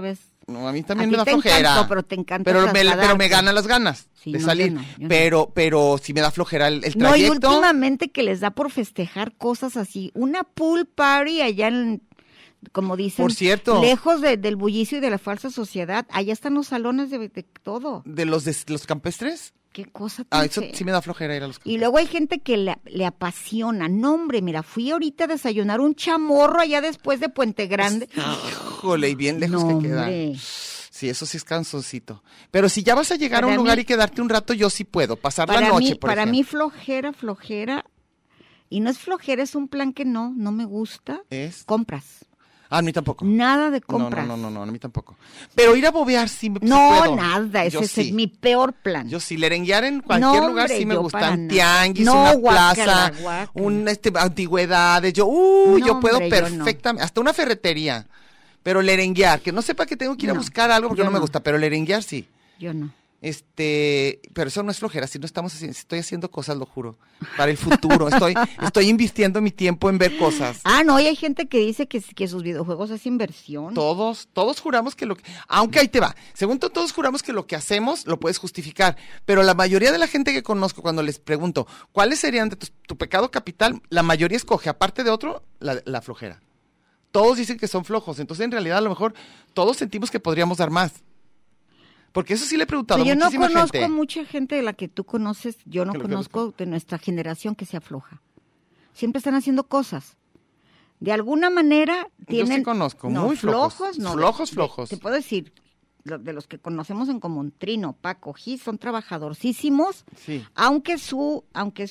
Speaker 3: No, a mí también
Speaker 4: A
Speaker 3: me
Speaker 4: ti
Speaker 3: da
Speaker 4: te
Speaker 3: flojera.
Speaker 4: encantó, pero te encanta
Speaker 3: pero me
Speaker 4: trasladarte.
Speaker 3: ganan las ganas
Speaker 4: Sí,
Speaker 3: de
Speaker 4: no,
Speaker 3: salir.
Speaker 4: yo no, yo no.
Speaker 3: Pero sí me da flojera el trayecto.
Speaker 4: No, y últimamente que les da por festejar cosas así. Una pool party allá en, como dicen,
Speaker 3: Por cierto.
Speaker 4: lejos del bullicio y de la falsa sociedad. Allá están los salones de todo.
Speaker 3: ¿De los campestres?
Speaker 4: Qué cosa tan
Speaker 3: Eso
Speaker 4: fea.
Speaker 3: sí me da flojera ir a los
Speaker 4: Y
Speaker 3: campestres.
Speaker 4: luego hay gente que le apasiona. No, hombre, mira, fui ahorita a desayunar un chamorro allá después de Puente Grande.
Speaker 3: Híjole, y bien lejos
Speaker 4: No,
Speaker 3: que queda.
Speaker 4: hombre.
Speaker 3: Sí, eso sí es cansoncito. Pero si ya vas a llegar a
Speaker 4: Para
Speaker 3: un lugar
Speaker 4: mí-
Speaker 3: y quedarte un rato, yo sí puedo. Pasar la
Speaker 4: Para
Speaker 3: noche,
Speaker 4: mí,
Speaker 3: por
Speaker 4: para
Speaker 3: ejemplo.
Speaker 4: mí flojera. Y no es flojera, es un plan que no me gusta.
Speaker 3: ¿Es?
Speaker 4: Compras.
Speaker 3: A mí tampoco.
Speaker 4: Nada de compras.
Speaker 3: No, a mí tampoco. Pero ir a bobear sí me sí
Speaker 4: No,
Speaker 3: puedo.
Speaker 4: nada, ese
Speaker 3: Yo
Speaker 4: es
Speaker 3: sí.
Speaker 4: mi peor plan.
Speaker 3: Yo sí, lerenguear en cualquier
Speaker 4: No,
Speaker 3: lugar
Speaker 4: hombre,
Speaker 3: sí me
Speaker 4: yo
Speaker 3: gustan.
Speaker 4: para nada.
Speaker 3: Tianguis,
Speaker 4: No,
Speaker 3: una
Speaker 4: guácala,
Speaker 3: plaza,
Speaker 4: guácala.
Speaker 3: antigüedades. Yo
Speaker 4: No,
Speaker 3: puedo
Speaker 4: hombre, yo no.
Speaker 3: perfectamente, hasta una ferretería. Pero lerenguear, que no sepa que tengo que ir a
Speaker 4: No,
Speaker 3: buscar algo porque
Speaker 4: yo
Speaker 3: no me
Speaker 4: no.
Speaker 3: gusta, pero lerenguear sí.
Speaker 4: Yo no.
Speaker 3: Pero eso no es flojera, si no estamos haciendo, estoy haciendo cosas, lo juro, para el futuro. Estoy invirtiendo mi tiempo en ver cosas.
Speaker 4: Ah, no, y hay gente que dice que sus videojuegos es inversión.
Speaker 3: Todos juramos que aunque ahí te va, según todos juramos que lo que hacemos lo puedes justificar, pero la mayoría de la gente que conozco, cuando les pregunto, ¿cuáles serían de tu pecado capital? La mayoría escoge, aparte de otro, la flojera. Todos dicen que son flojos, entonces en realidad a lo mejor todos sentimos que podríamos dar más. Porque eso sí le he preguntado a
Speaker 4: Pero yo no
Speaker 3: muchísima
Speaker 4: conozco
Speaker 3: gente.
Speaker 4: mucha gente de la que tú conoces, yo no
Speaker 3: Que lo que
Speaker 4: conozco de nuestra generación que sea floja. Siempre están haciendo cosas. De alguna manera tienen...
Speaker 3: sí conozco,
Speaker 4: no,
Speaker 3: muy flojos.
Speaker 4: flojos. No,
Speaker 3: Flojos.
Speaker 4: Te puedo decir, de los que conocemos en común, Trino, Paco, Gis, son trabajadorcísimos,
Speaker 3: Sí.
Speaker 4: aunque su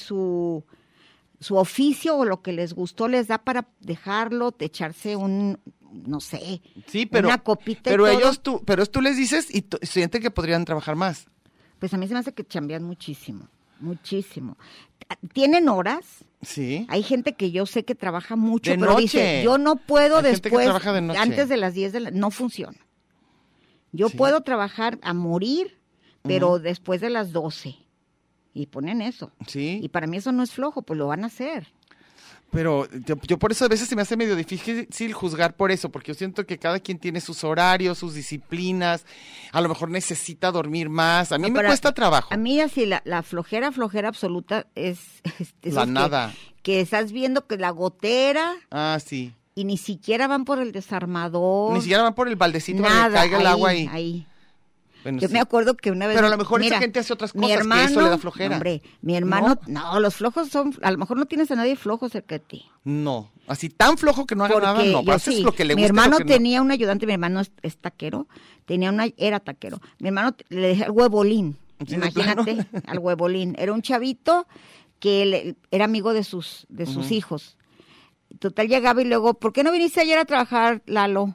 Speaker 4: oficio o lo que les gustó les da para dejarlo, de echarse no sé,
Speaker 3: Sí, pero,
Speaker 4: una copita y
Speaker 3: pero
Speaker 4: todo.
Speaker 3: pero tú les dices y sienten que podrían trabajar más.
Speaker 4: Pues a mí se me hace que chambean muchísimo. ¿Tienen horas?
Speaker 3: Sí.
Speaker 4: Hay gente que yo sé que trabaja mucho,
Speaker 3: De
Speaker 4: pero
Speaker 3: noche.
Speaker 4: dice, yo no puedo
Speaker 3: Hay gente que
Speaker 4: después,
Speaker 3: trabaja de noche.
Speaker 4: antes de las 10 no funciona. Yo
Speaker 3: Sí.
Speaker 4: puedo trabajar a morir, pero después de las 12. Y ponen eso.
Speaker 3: Sí.
Speaker 4: Y para mí eso no es flojo, pues lo van a hacer.
Speaker 3: Pero yo por eso a veces se me hace medio difícil juzgar por eso, porque yo siento que cada quien tiene sus horarios, sus disciplinas, a lo mejor necesita dormir más. A mí
Speaker 4: No,
Speaker 3: me
Speaker 4: pero
Speaker 3: cuesta trabajo.
Speaker 4: A mí así, la flojera absoluta es esos
Speaker 3: La nada.
Speaker 4: Que estás viendo que la gotera
Speaker 3: Ah, sí.
Speaker 4: y ni siquiera van por el desarmador.
Speaker 3: Ni siquiera van por el baldecito para que
Speaker 4: Nada,
Speaker 3: caiga el agua ahí.
Speaker 4: ahí.
Speaker 3: Bueno,
Speaker 4: Yo
Speaker 3: sí.
Speaker 4: me acuerdo que una vez...
Speaker 3: Pero a lo mejor
Speaker 4: mira,
Speaker 3: esa gente hace otras
Speaker 4: mi
Speaker 3: cosas, que eso le da flojera.
Speaker 4: Hombre, mi hermano... No, los flojos son... A lo mejor no tienes a nadie flojo cerca de ti.
Speaker 3: No, así tan flojo que no haga nada, no,
Speaker 4: yo
Speaker 3: haces
Speaker 4: sí,
Speaker 3: lo que le
Speaker 4: mi
Speaker 3: gusta.
Speaker 4: hermano
Speaker 3: lo que no.
Speaker 4: tenía un ayudante, mi hermano es taquero, era taquero. Mi hermano le decía al huevolín,
Speaker 3: Sí, de
Speaker 4: imagínate,
Speaker 3: plano.
Speaker 4: al huevolín. Era un chavito que era amigo de sus hijos. Total, llegaba y luego, ¿por qué no viniste ayer a trabajar, Lalo?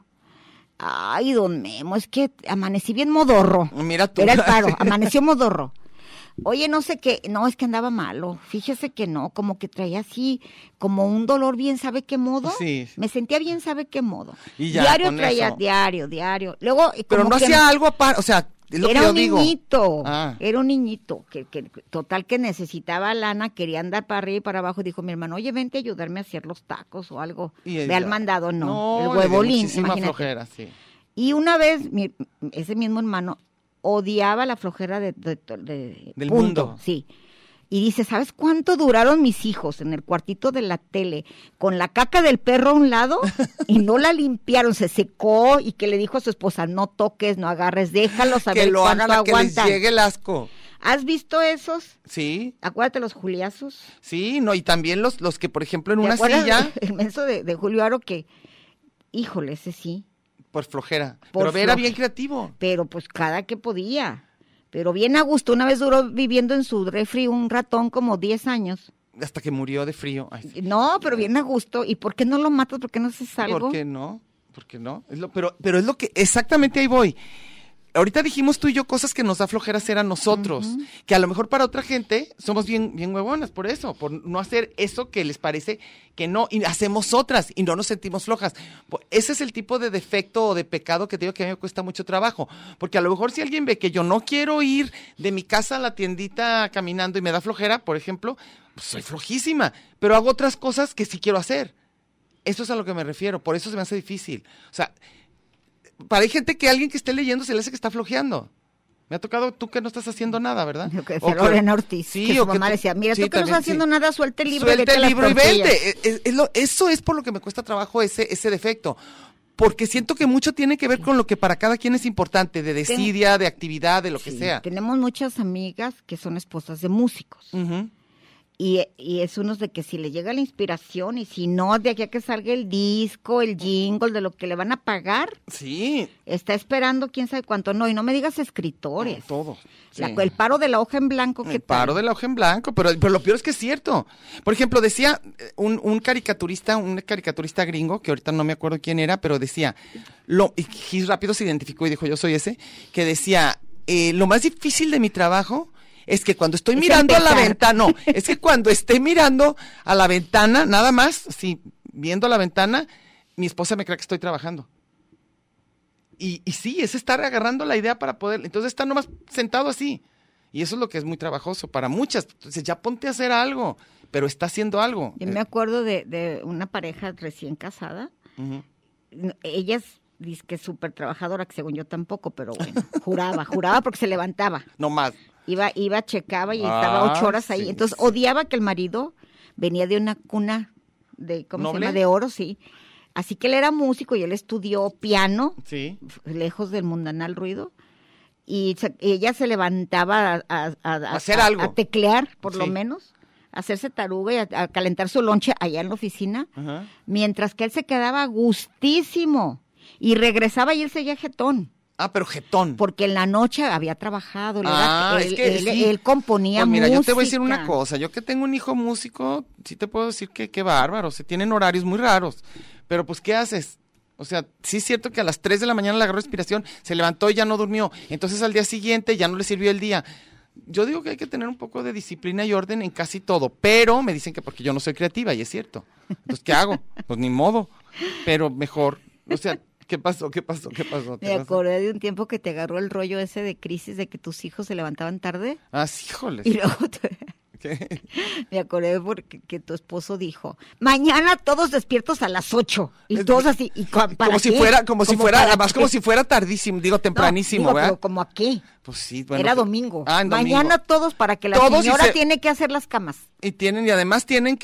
Speaker 4: Ay, don Memo, es que amanecí bien modorro.
Speaker 3: Mira tú.
Speaker 4: Era el paro, amaneció modorro. Oye, no sé qué, no, es que andaba malo. Fíjese que no, como que traía así, como un dolor bien, ¿sabe qué modo?
Speaker 3: Sí.
Speaker 4: Me sentía bien, ¿sabe qué modo?
Speaker 3: Y ya,
Speaker 4: diario
Speaker 3: con
Speaker 4: traía,
Speaker 3: eso.
Speaker 4: diario. Luego,
Speaker 3: Pero
Speaker 4: como
Speaker 3: no
Speaker 4: que
Speaker 3: hacía algo aparte, o sea, es lo que
Speaker 4: era
Speaker 3: yo
Speaker 4: un
Speaker 3: digo.
Speaker 4: niñito,
Speaker 3: Ah.
Speaker 4: era un niñito, que total que necesitaba lana, quería andar para arriba y para abajo, dijo mi hermano, oye, vente a ayudarme a hacer los tacos o algo.
Speaker 3: Y
Speaker 4: Ve
Speaker 3: ella-
Speaker 4: al mandado, no, el
Speaker 3: le dio
Speaker 4: huevolín,
Speaker 3: muchísima
Speaker 4: imagínate.
Speaker 3: flojera, sí.
Speaker 4: Y una vez, ese mismo hermano odiaba la flojera del
Speaker 3: Del
Speaker 4: punto,
Speaker 3: mundo.
Speaker 4: sí. Y dice, ¿sabes cuánto duraron mis hijos en el cuartito de la tele con la caca del perro a un lado y no la limpiaron, se secó y que le dijo a su esposa, no toques, no agarres, déjalos a
Speaker 3: Que
Speaker 4: ver
Speaker 3: lo
Speaker 4: cuánto
Speaker 3: hagan a que les
Speaker 4: aguantan.
Speaker 3: llegue el asco.
Speaker 4: ¿Has visto esos?
Speaker 3: Sí,
Speaker 4: Acuérdate los Juliazos.
Speaker 3: sí, no, y también los que, por ejemplo, en
Speaker 4: ¿Te
Speaker 3: una
Speaker 4: acuerdas
Speaker 3: silla,
Speaker 4: El menso de Julio Aro que, híjole, ese sí.
Speaker 3: por flojera.
Speaker 4: Por
Speaker 3: Pero era
Speaker 4: floje-
Speaker 3: bien creativo.
Speaker 4: Pero pues cada que podía. Pero bien a gusto. Una vez duró viviendo en su refri un ratón como 10 años.
Speaker 3: Hasta que murió de frío. Ay, sí.
Speaker 4: No, pero bien a gusto. ¿Y por qué no lo matas? ¿Por qué no haces algo?
Speaker 3: ¿Por qué no? ¿Por qué no? Pero es lo que, exactamente ahí voy. Ahorita dijimos tú y yo cosas que nos da flojera hacer a nosotros, que a lo mejor para otra gente somos bien huevonas por eso, por no hacer eso que les parece que no, y hacemos otras y no nos sentimos flojas. Ese es el tipo de defecto o de pecado que te digo que a mí me cuesta mucho trabajo, porque a lo mejor si alguien ve que yo no quiero ir de mi casa a la tiendita caminando y me da flojera, por ejemplo, pues soy flojísima, pero hago otras cosas que sí quiero hacer. Eso es a lo que me refiero, por eso se me hace difícil. O sea, hay gente que alguien que esté leyendo se le hace que está flojeando. Me ha tocado tú que no estás haciendo nada, ¿verdad?
Speaker 4: Lo que decía Lorena Ortiz,
Speaker 3: sí,
Speaker 4: que su
Speaker 3: o que
Speaker 4: mamá
Speaker 3: tú-
Speaker 4: le decía, mira,
Speaker 3: sí,
Speaker 4: tú que no
Speaker 3: también,
Speaker 4: estás haciendo
Speaker 3: sí.
Speaker 4: nada, suelta el libro
Speaker 3: Suelta
Speaker 4: y vete
Speaker 3: el
Speaker 4: a las
Speaker 3: libro y
Speaker 4: tortillas.
Speaker 3: vente. Eso es por lo que me cuesta trabajo ese defecto. Porque siento que mucho tiene que ver con lo que para cada quien es importante, de desidia, de actividad, de lo que
Speaker 4: Sí,
Speaker 3: sea.
Speaker 4: tenemos muchas amigas que son esposas de músicos.
Speaker 3: Ujú.
Speaker 4: Y es uno de que si le llega la inspiración y si no, de aquí a que salga el disco, el jingle, de lo que le van a pagar,
Speaker 3: Sí,
Speaker 4: está esperando quién sabe cuánto. No, y no me digas escritores.
Speaker 3: todo. Sí.
Speaker 4: El paro de la hoja en blanco. ¿qué
Speaker 3: El paro
Speaker 4: tal?
Speaker 3: de la hoja en blanco, pero lo peor es que es cierto. Por ejemplo, decía un caricaturista gringo, que ahorita no me acuerdo quién era, pero decía, y Gis rápido se identificó y dijo, yo soy ese, que decía, lo más difícil de mi trabajo es que cuando estoy
Speaker 4: Es
Speaker 3: mirando a la
Speaker 4: empezar.
Speaker 3: ventana, no, es que cuando esté mirando a la ventana, nada más, así, viendo a la ventana, mi esposa me cree que estoy trabajando. Y sí, es estar agarrando la idea para poder, entonces está nomás sentado así. Y eso es lo que es muy trabajoso para muchas. Entonces ya ponte a hacer algo, pero está haciendo algo.
Speaker 4: Yo me acuerdo de una pareja recién casada.
Speaker 3: Ujú.
Speaker 4: Ella dice que es súper trabajadora, que según yo tampoco, pero bueno, juraba porque se levantaba.
Speaker 3: No más.
Speaker 4: Iba, checaba y estaba 8 horas ahí.
Speaker 3: sí,
Speaker 4: Entonces
Speaker 3: sí.
Speaker 4: odiaba que el marido venía de una cuna de, ¿cómo
Speaker 3: ¿Noble?
Speaker 4: se llama? De oro, sí. Así que él era músico y él estudió piano,
Speaker 3: Sí.
Speaker 4: lejos del mundanal ruido. Y ella se levantaba
Speaker 3: Hacer algo.
Speaker 4: a teclear, por lo
Speaker 3: Sí.
Speaker 4: menos, a hacerse taruga y a calentar su lonche allá en la oficina.
Speaker 3: Ajá.
Speaker 4: Mientras que él se quedaba gustísimo y regresaba y él seguía jetón.
Speaker 3: Ah, pero jetón.
Speaker 4: Porque en la noche había trabajado,
Speaker 3: Es que sí.
Speaker 4: él componía
Speaker 3: Pues mira,
Speaker 4: música.
Speaker 3: yo te voy a decir una cosa. Yo que tengo un hijo músico, sí te puedo decir que qué bárbaro. Se tienen horarios muy raros. Pero pues, ¿qué haces? O sea, sí es cierto que a las 3 de la mañana le agarró respiración, se levantó y ya no durmió. Entonces al día siguiente ya no le sirvió el día. Yo digo que hay que tener un poco de disciplina y orden en casi todo. Pero me dicen que porque yo no soy creativa, y es cierto. Entonces, ¿qué hago? Pues ni modo. Pero mejor. O sea, ¿qué pasó? ¿Qué pasó? ¿Qué pasó? ¿Qué
Speaker 4: Me
Speaker 3: pasó?
Speaker 4: acordé de un tiempo que te agarró el rollo ese de crisis de que tus hijos se levantaban tarde.
Speaker 3: Ah, sí, híjoles.
Speaker 4: Y luego
Speaker 3: ¿Qué?
Speaker 4: me acordé porque que tu esposo dijo, mañana todos despiertos a las 8. Y todos así. ¿Y ¿para
Speaker 3: Como si
Speaker 4: qué?
Speaker 3: fuera,
Speaker 4: para
Speaker 3: además
Speaker 4: qué?
Speaker 3: como si fuera tardísimo, digo tempranísimo,
Speaker 4: No, digo,
Speaker 3: ¿verdad?
Speaker 4: pero ¿como a qué?
Speaker 3: Pues sí, bueno.
Speaker 4: Era domingo.
Speaker 3: Ah, en domingo.
Speaker 4: Mañana todos para que la
Speaker 3: Todos y
Speaker 4: señora
Speaker 3: se-
Speaker 4: tiene que hacer las camas.
Speaker 3: Y además tienen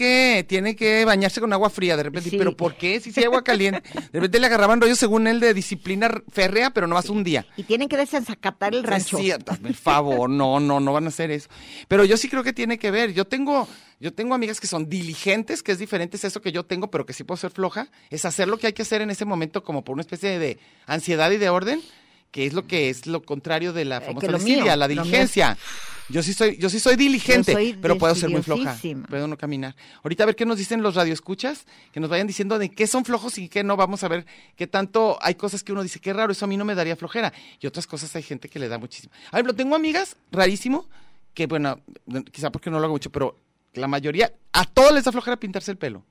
Speaker 3: que bañarse con agua fría de repente.
Speaker 4: Sí.
Speaker 3: ¿Pero por qué? Si hay agua caliente. De repente le agarraban rollo según él de disciplina férrea, pero nomás un día.
Speaker 4: Y tienen que desensacatar el rancho.
Speaker 3: Sí, hazme el favor, no van a hacer eso. Pero yo sí creo que tiene que ver. Yo tengo amigas que son diligentes, que es diferente, es eso que yo tengo, pero que sí puedo ser floja, es hacer lo que hay que hacer en ese momento como por una especie de ansiedad y de orden, que es lo contrario de la famosa
Speaker 4: que lo
Speaker 3: desidia,
Speaker 4: mío,
Speaker 3: la
Speaker 4: lo mío
Speaker 3: diligencia. Yo sí soy diligente,
Speaker 4: Yo soy
Speaker 3: pero puedo ser muy floja,
Speaker 4: decididísima.
Speaker 3: puedo no caminar. Ahorita a ver qué nos dicen los radioescuchas, que nos vayan diciendo de qué son flojos y qué no, vamos a ver qué tanto hay cosas que uno dice, qué raro, eso a mí no me daría flojera, y otras cosas hay gente que le da muchísimo. Por ejemplo, tengo amigas, rarísimo, que bueno, quizá porque no lo hago mucho, pero la mayoría, a todos les da flojera pintarse el pelo.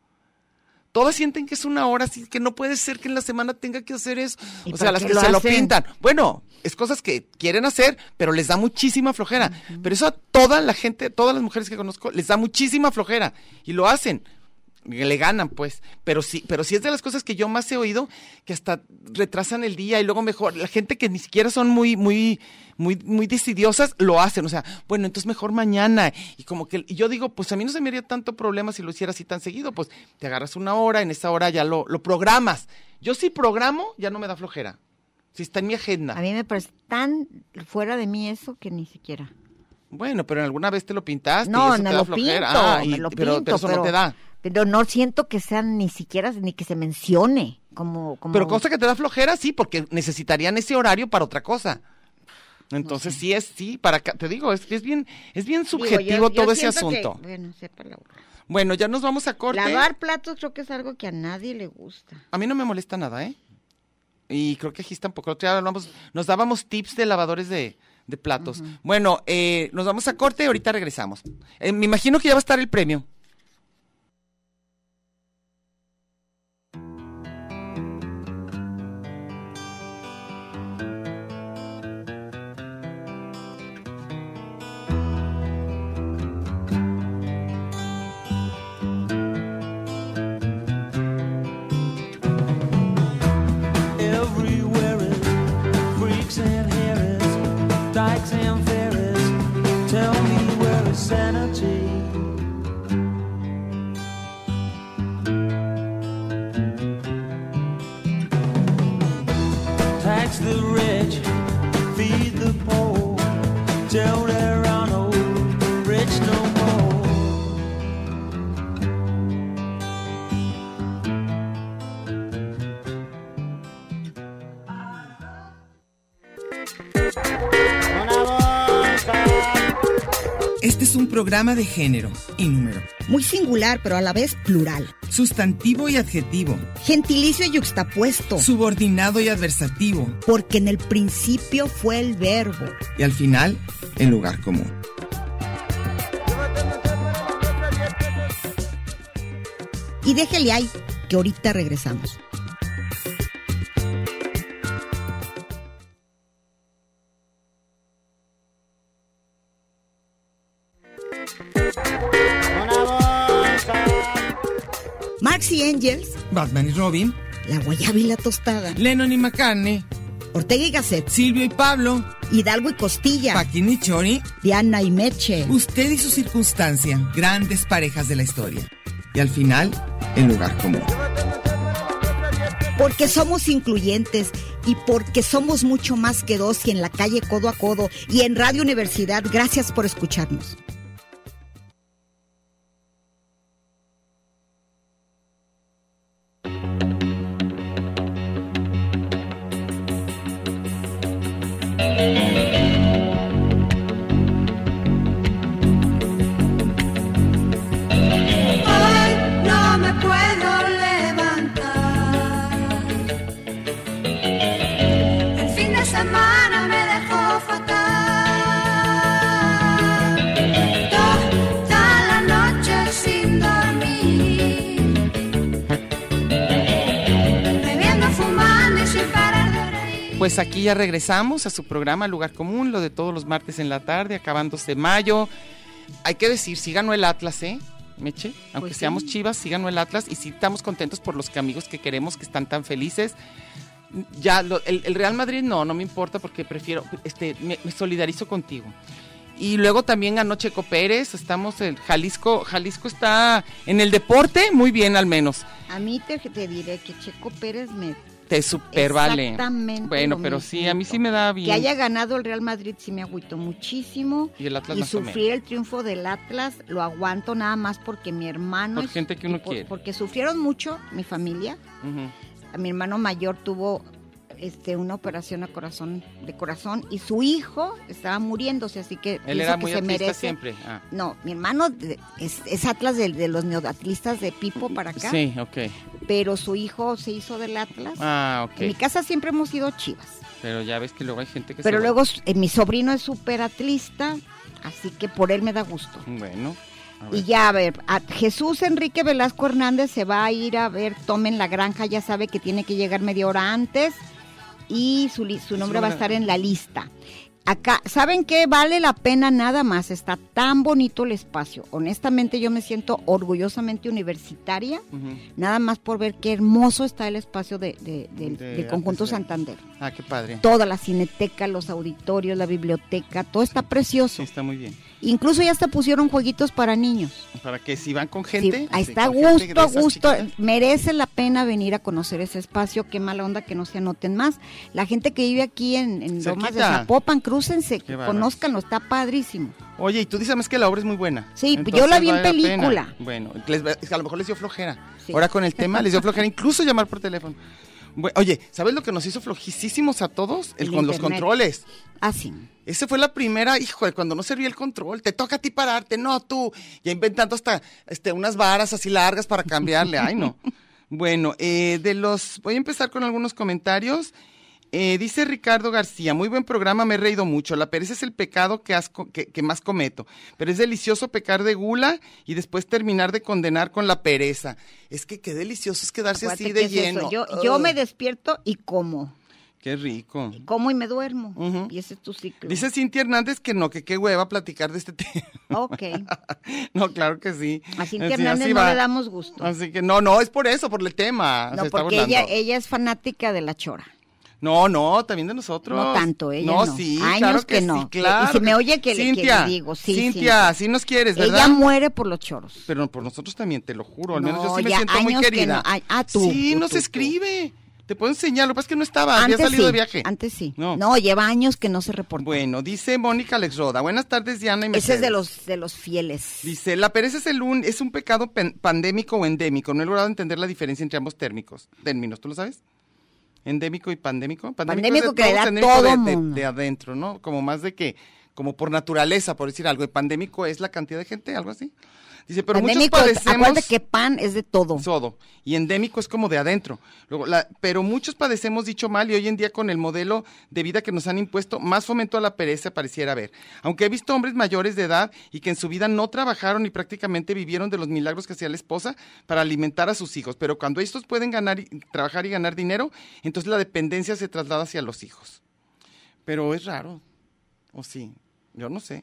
Speaker 3: Todas sienten que es una hora, así que no puede ser que en la semana tenga que hacer eso.
Speaker 4: ¿Y
Speaker 3: O sea,
Speaker 4: para
Speaker 3: las
Speaker 4: qué
Speaker 3: que
Speaker 4: lo
Speaker 3: se lo
Speaker 4: hacen?
Speaker 3: pintan. Bueno, es cosas que quieren hacer, pero les da muchísima flojera. Pero eso a toda la gente, todas las mujeres que conozco, les da muchísima flojera. Y lo hacen. Le ganan, pues. Pero sí es de las cosas que yo más he oído, que hasta retrasan el día y luego mejor. La gente que ni siquiera son muy decidiosas, lo hacen. O sea, bueno, entonces mejor mañana. Y yo digo, pues a mí no se me haría tanto problema si lo hiciera así tan seguido. Pues te agarras una hora, en esa hora ya lo programas. Yo sí programo, ya no me da flojera. Si está en mi agenda.
Speaker 4: A mí me parece tan fuera de mí eso que ni siquiera.
Speaker 3: Bueno, pero alguna vez te lo pintaste y
Speaker 4: No,
Speaker 3: eso
Speaker 4: me
Speaker 3: te da
Speaker 4: lo
Speaker 3: flojera.
Speaker 4: pinto, me lo
Speaker 3: pero
Speaker 4: pinto,
Speaker 3: eso no te da.
Speaker 4: Pero no siento que sean ni siquiera, ni que se mencione como...
Speaker 3: Pero cosa que te da flojera, sí, porque necesitarían ese horario para otra cosa. Entonces te digo, es bien subjetivo todo ese asunto.
Speaker 4: Bueno, sepa la hora.
Speaker 3: Bueno, ya nos vamos a corte.
Speaker 4: Lavar platos creo que es algo que a nadie le gusta.
Speaker 3: A mí no me molesta nada, ¿eh? Y creo que aquí tampoco. Otro día nos dábamos tips de lavadores de platos. Bueno, nos vamos a corte y ahorita regresamos. Me imagino que ya va a estar el premio.
Speaker 5: Everywhere in
Speaker 6: Tax the rich, feed the poor, till there are no rich no more.
Speaker 3: Este es un programa de género y número.
Speaker 4: Muy singular, pero a la vez plural.
Speaker 3: Sustantivo y adjetivo.
Speaker 4: Gentilicio y yuxtapuesto.
Speaker 3: Subordinado y adversativo.
Speaker 4: Porque en el principio fue el verbo.
Speaker 3: Y al final, el lugar común.
Speaker 4: Y déjele ahí, que ahorita regresamos. Marx y Engels,
Speaker 3: Batman y Robin,
Speaker 4: La Guayaba y la Tostada,
Speaker 3: Lennon y McCartney,
Speaker 4: Ortega y Gasset,
Speaker 3: Silvio y Pablo,
Speaker 4: Hidalgo y Costilla,
Speaker 3: Paquín y Chori,
Speaker 4: Diana y Meche.
Speaker 3: usted y su circunstancia, grandes parejas de la historia. Y al final, el lugar común.
Speaker 4: Porque somos incluyentes y porque somos mucho más que dos y en la calle codo a codo y en Radio Universidad. Gracias por escucharnos.
Speaker 3: Pues aquí ya regresamos a su programa Lugar Común, lo de todos los martes en la tarde, acabándose mayo. Hay que decir, sí ganó el Atlas, Meche, aunque
Speaker 4: pues
Speaker 3: seamos
Speaker 4: sí.
Speaker 3: Chivas, sí ganó el Atlas y sí estamos contentos por los amigos que queremos, que están tan felices. Ya, el Real Madrid no me importa porque prefiero, me solidarizo contigo. Y luego también ganó Checo Pérez, estamos en Jalisco está en el deporte muy bien al menos.
Speaker 4: A mí te diré que Checo Pérez me...
Speaker 3: Te super vale.
Speaker 4: Exactamente.
Speaker 3: Bueno, pero sí, a mí sí me da bien.
Speaker 4: Que haya ganado el Real Madrid sí me agüitó muchísimo.
Speaker 3: Y el Atlas
Speaker 4: y
Speaker 3: más o
Speaker 4: sufrir
Speaker 3: menos.
Speaker 4: el triunfo del Atlas lo aguanto nada más porque mi hermano...
Speaker 3: Por gente que uno quiere.
Speaker 4: Porque sufrieron mucho mi familia.
Speaker 3: Uh-huh.
Speaker 4: A mi hermano mayor tuvo una operación de corazón y su hijo estaba muriéndose, así que
Speaker 3: él era muy atlista siempre.
Speaker 4: No, mi hermano es Atlas de los neoatlistas de Pipo para acá.
Speaker 3: Sí, ok.
Speaker 4: Pero su hijo se hizo del Atlas.
Speaker 3: Ok.
Speaker 4: En mi casa siempre hemos sido Chivas.
Speaker 3: Pero ya ves que luego hay gente que
Speaker 4: Pero luego mi sobrino es súper atlista, así que por él me da gusto.
Speaker 3: Bueno.
Speaker 4: Y ya, a ver, Jesús Enrique Velasco Hernández se va a ir a ver Tomen la Granja, ya sabe que tiene que llegar media hora antes y su nombre va a estar en la lista. Acá, ¿saben qué? Vale la pena nada más, está tan bonito el espacio. Honestamente yo me siento orgullosamente universitaria, nada más por ver qué hermoso está el espacio del Conjunto Santander.
Speaker 3: Qué padre.
Speaker 4: Toda la cineteca, los auditorios, la biblioteca, todo está precioso.
Speaker 3: Sí, está muy bien.
Speaker 4: Incluso ya hasta pusieron jueguitos para niños.
Speaker 3: Para que si van con gente.
Speaker 4: Sí, ahí
Speaker 3: sí,
Speaker 4: está, a gusto. Merece la pena venir a conocer ese espacio. Qué mala onda que no se anoten más. La gente que vive aquí en Lomas de Zapopan, crúcense, conózcanlo, está padrísimo.
Speaker 3: Oye, y tú dices que la obra es muy buena.
Speaker 4: Sí, entonces, yo la vi en película.
Speaker 3: Bueno, a lo mejor les dio flojera. Sí. Ahora con el tema les dio flojera, incluso llamar por teléfono. Oye, ¿sabes lo que nos hizo flojísimos a todos? Con internet. Los controles.
Speaker 4: Sí.
Speaker 3: Esa fue la primera, híjole, cuando no servía el control, te toca a ti pararte, no tú, ya inventando hasta unas varas así largas para cambiarle, ay no. Bueno, voy a empezar con algunos comentarios. Dice Ricardo García, muy buen programa, me he reído mucho. La pereza es el pecado que más cometo, pero es delicioso pecar de gula y después terminar de condenar con la pereza. Es que qué delicioso es quedarse así de lleno.
Speaker 4: Yo me despierto y como.
Speaker 3: Qué rico.
Speaker 4: Como y me duermo. Y ese es tu ciclo.
Speaker 3: Dice Cintia Hernández que no, que qué hueva platicar de este tema.
Speaker 4: Ok.
Speaker 3: No, claro que sí.
Speaker 4: A Cintia Hernández no le damos gusto.
Speaker 3: Así que no, es por eso, por el tema.
Speaker 4: No, porque ella es fanática de la chora.
Speaker 3: No, también de nosotros.
Speaker 4: No tanto, ella no.
Speaker 3: Sí,
Speaker 4: años
Speaker 3: claro que
Speaker 4: no.
Speaker 3: Sí, claro.
Speaker 4: Y si me oye que
Speaker 3: Cintia,
Speaker 4: le digo, sí.
Speaker 3: Cintia, sí nos quieres, ¿verdad?
Speaker 4: Ella muere por los choros.
Speaker 3: Pero por nosotros también, te lo juro. Al menos yo sí me siento muy querida.
Speaker 4: Tú.
Speaker 3: Sí, nos escribe. Te puedo enseñar, lo que pasa es que no estaba, había salido de viaje.
Speaker 4: Antes sí.
Speaker 3: No.
Speaker 4: No, lleva años que no se reporta.
Speaker 3: Bueno, dice Mónica Alex Roda. Buenas tardes, Diana y Mercedes.
Speaker 4: Ese es de los fieles.
Speaker 3: Dice, la pereza es un pecado pandémico o endémico. No he logrado entender la diferencia entre ambos términos. ¿Tú lo sabes? Endémico y pandémico.
Speaker 4: Pandémico
Speaker 3: es
Speaker 4: que le da
Speaker 3: endémico
Speaker 4: todo
Speaker 3: de
Speaker 4: mundo.
Speaker 3: adentro, ¿no? Como más de que, como por naturaleza, por decir algo. Y pandémico es la cantidad de gente, algo así. Dice, pero
Speaker 4: Pandémico,
Speaker 3: muchos padecemos...
Speaker 4: acuérdate que pan es de todo.
Speaker 3: Y endémico es como de adentro. Luego, pero muchos padecemos dicho mal y hoy en día con el modelo de vida que nos han impuesto, más fomento a la pereza pareciera haber. Aunque he visto hombres mayores de edad y que en su vida no trabajaron y prácticamente vivieron de los milagros que hacía la esposa para alimentar a sus hijos. Pero cuando estos pueden trabajar y ganar dinero, entonces la dependencia se traslada hacia los hijos. Pero es raro. ¿O sí? Yo no sé.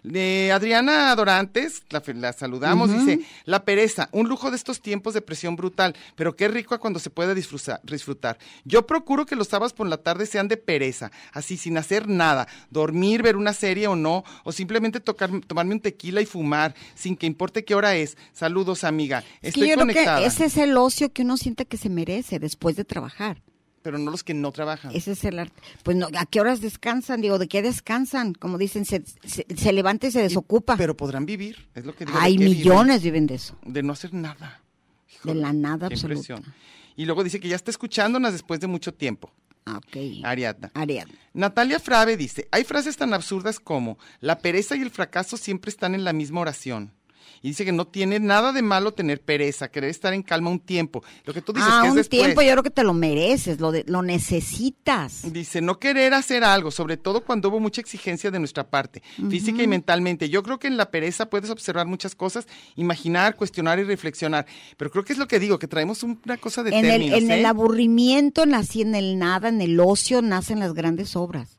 Speaker 3: Adriana Dorantes, la saludamos, dice, la pereza, un lujo de estos tiempos de presión brutal, pero qué rico cuando se puede disfrutar. Yo procuro que los sábados por la tarde sean de pereza, así sin hacer nada, dormir, ver una serie o no, o simplemente tomarme un tequila y fumar, sin que importe qué hora es. Saludos, amiga. Estoy
Speaker 4: yo
Speaker 3: conectada.
Speaker 4: Creo que ese es el ocio que uno siente que se merece después de trabajar.
Speaker 3: Pero no los que no trabajan.
Speaker 4: Ese es el arte. Pues no, ¿a qué horas descansan? Digo, ¿de qué descansan? Como dicen, se levanta y se desocupa.
Speaker 3: Pero podrán vivir, es lo que digo.
Speaker 4: Hay millones viven de eso.
Speaker 3: De no hacer nada. Híjole,
Speaker 4: de la nada
Speaker 3: qué
Speaker 4: absoluta.
Speaker 3: Impresión. Y luego dice que ya está escuchándonos después de mucho tiempo.
Speaker 4: Ok.
Speaker 3: Ariadna.
Speaker 4: Natalia
Speaker 3: Frave dice, hay frases tan absurdas como, la pereza y el fracaso siempre están en la misma oración. Y dice que no tiene nada de malo tener pereza, querer estar en calma un tiempo. Lo que tú dices que es
Speaker 4: un
Speaker 3: después.
Speaker 4: tiempo, yo creo que te lo mereces, lo necesitas.
Speaker 3: Dice, no querer hacer algo, sobre todo cuando hubo mucha exigencia de nuestra parte, física y mentalmente. Yo creo que en la pereza puedes observar muchas cosas, imaginar, cuestionar y reflexionar. Pero creo que es lo que digo, que traemos una cosa de términos.
Speaker 4: En el aburrimiento nací, en el nada, en el ocio nacen las grandes obras.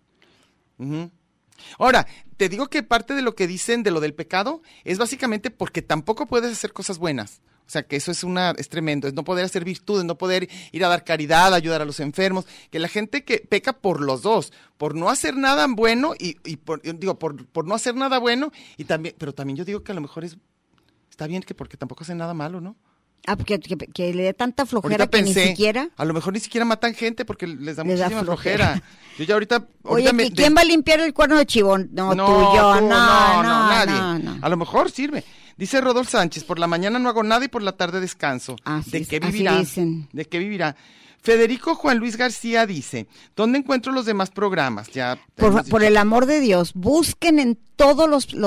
Speaker 3: Ahora, te digo que parte de lo que dicen de lo del pecado es básicamente porque tampoco puedes hacer cosas buenas. O sea, que eso es tremendo, es no poder hacer virtudes, no poder ir a dar caridad, ayudar a los enfermos, que la gente que peca por los dos, por no hacer nada bueno por no hacer nada bueno y también, pero también yo digo que a lo mejor está bien que porque tampoco hacen nada malo, ¿no?
Speaker 4: Porque que le dé tanta flojera que ni siquiera.
Speaker 3: A lo mejor ni siquiera matan gente porque les da muchísima flojera. Yo ya ahorita
Speaker 4: Oye, ¿quién va a limpiar el cuerno de chivón? No, tú, yo, no,
Speaker 3: nadie. No. A lo mejor sirve. Dice Rodolfo Sánchez, por la mañana no hago nada y por la tarde descanso. ¿De qué vivirá? ¿De qué vivirá? Federico Juan Luis García dice, ¿dónde encuentro los demás programas? Ya
Speaker 4: por el amor de Dios, busquen en todos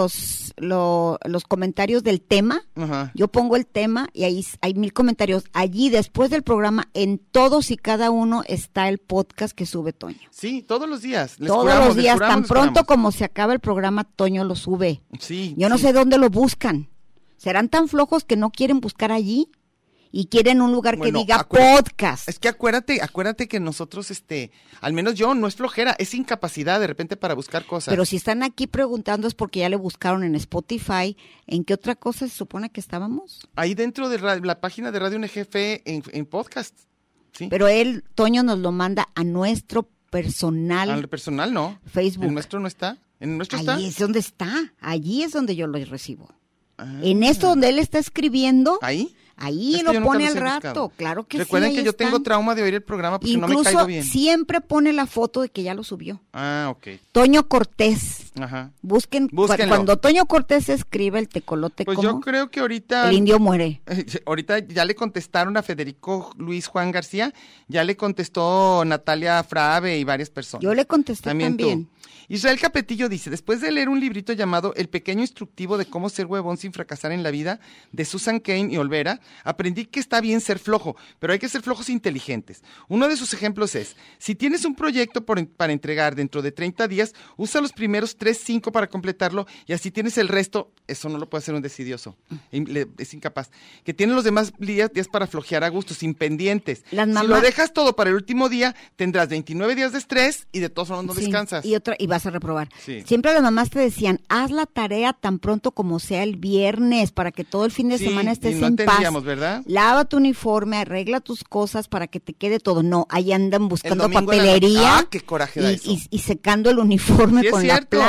Speaker 4: los comentarios del tema.
Speaker 3: Ajá.
Speaker 4: Yo pongo el tema y ahí hay 1000 comentarios. Allí, después del programa, en todos y cada uno está el podcast que sube Toño.
Speaker 3: Sí, todos los días.
Speaker 4: Todos los días, tan pronto como se acaba el programa, Toño lo sube.
Speaker 3: Sí.
Speaker 4: Yo no sé dónde lo buscan. ¿Serán tan flojos que no quieren buscar allí? Y quieren un lugar que diga podcast.
Speaker 3: Es que acuérdate que nosotros, al menos yo, no es flojera, es incapacidad de repente para buscar cosas.
Speaker 4: Pero si están aquí preguntando es porque ya le buscaron en Spotify. ¿En qué otra cosa se supone que estábamos?
Speaker 3: Ahí dentro de la página de Radio NGF en podcast. ¿Sí?
Speaker 4: Pero Toño nos lo manda a nuestro personal.
Speaker 3: Al personal no.
Speaker 4: Facebook.
Speaker 3: ¿El nuestro no está? ¿En nuestro está?
Speaker 4: Ahí es donde está. Allí es donde yo lo recibo. En esto donde él está escribiendo. Ahí lo pone al rato, claro que
Speaker 3: Recuerden
Speaker 4: sí.
Speaker 3: que yo tengo trauma de oír el programa porque
Speaker 4: incluso
Speaker 3: no me caigo bien.
Speaker 4: Siempre pone la foto de que ya lo subió.
Speaker 3: Ah, ok.
Speaker 4: Toño Cortés.
Speaker 3: Ajá.
Speaker 4: Búsquenlo. Cuando Toño Cortés escribe el tecolote,
Speaker 3: pues
Speaker 4: ¿cómo?
Speaker 3: Yo creo que ahorita...
Speaker 4: El indio muere.
Speaker 3: Ahorita ya le contestaron a Federico Luis Juan García, ya le contestó Natalia Frave y varias personas.
Speaker 4: Yo le contesté también.
Speaker 3: Israel Capetillo dice, después de leer un librito llamado El pequeño instructivo de cómo ser huevón sin fracasar en la vida, de Susan Cain y Olvera, aprendí que está bien ser flojo, pero hay que ser flojos inteligentes. Uno de sus ejemplos es, si tienes un proyecto para entregar dentro de 30 días, usa los primeros 5 para completarlo y así tienes el resto, eso no lo puede hacer un decidioso, es incapaz, que tiene los demás días para flojear a gusto, sin pendientes. Si lo dejas todo para el último día, tendrás 29 días de estrés y de todos modos no descansas.
Speaker 4: Y vas a reprobar.
Speaker 3: Sí.
Speaker 4: Siempre las mamás te decían, haz la tarea tan pronto como sea el viernes, para que todo el fin de semana estés en paz.
Speaker 3: ¿Verdad?
Speaker 4: Lava tu uniforme, arregla tus cosas para que te quede todo. No, ahí andan buscando papelería.
Speaker 3: Qué coraje da eso.
Speaker 4: Y secando el uniforme con la plancha.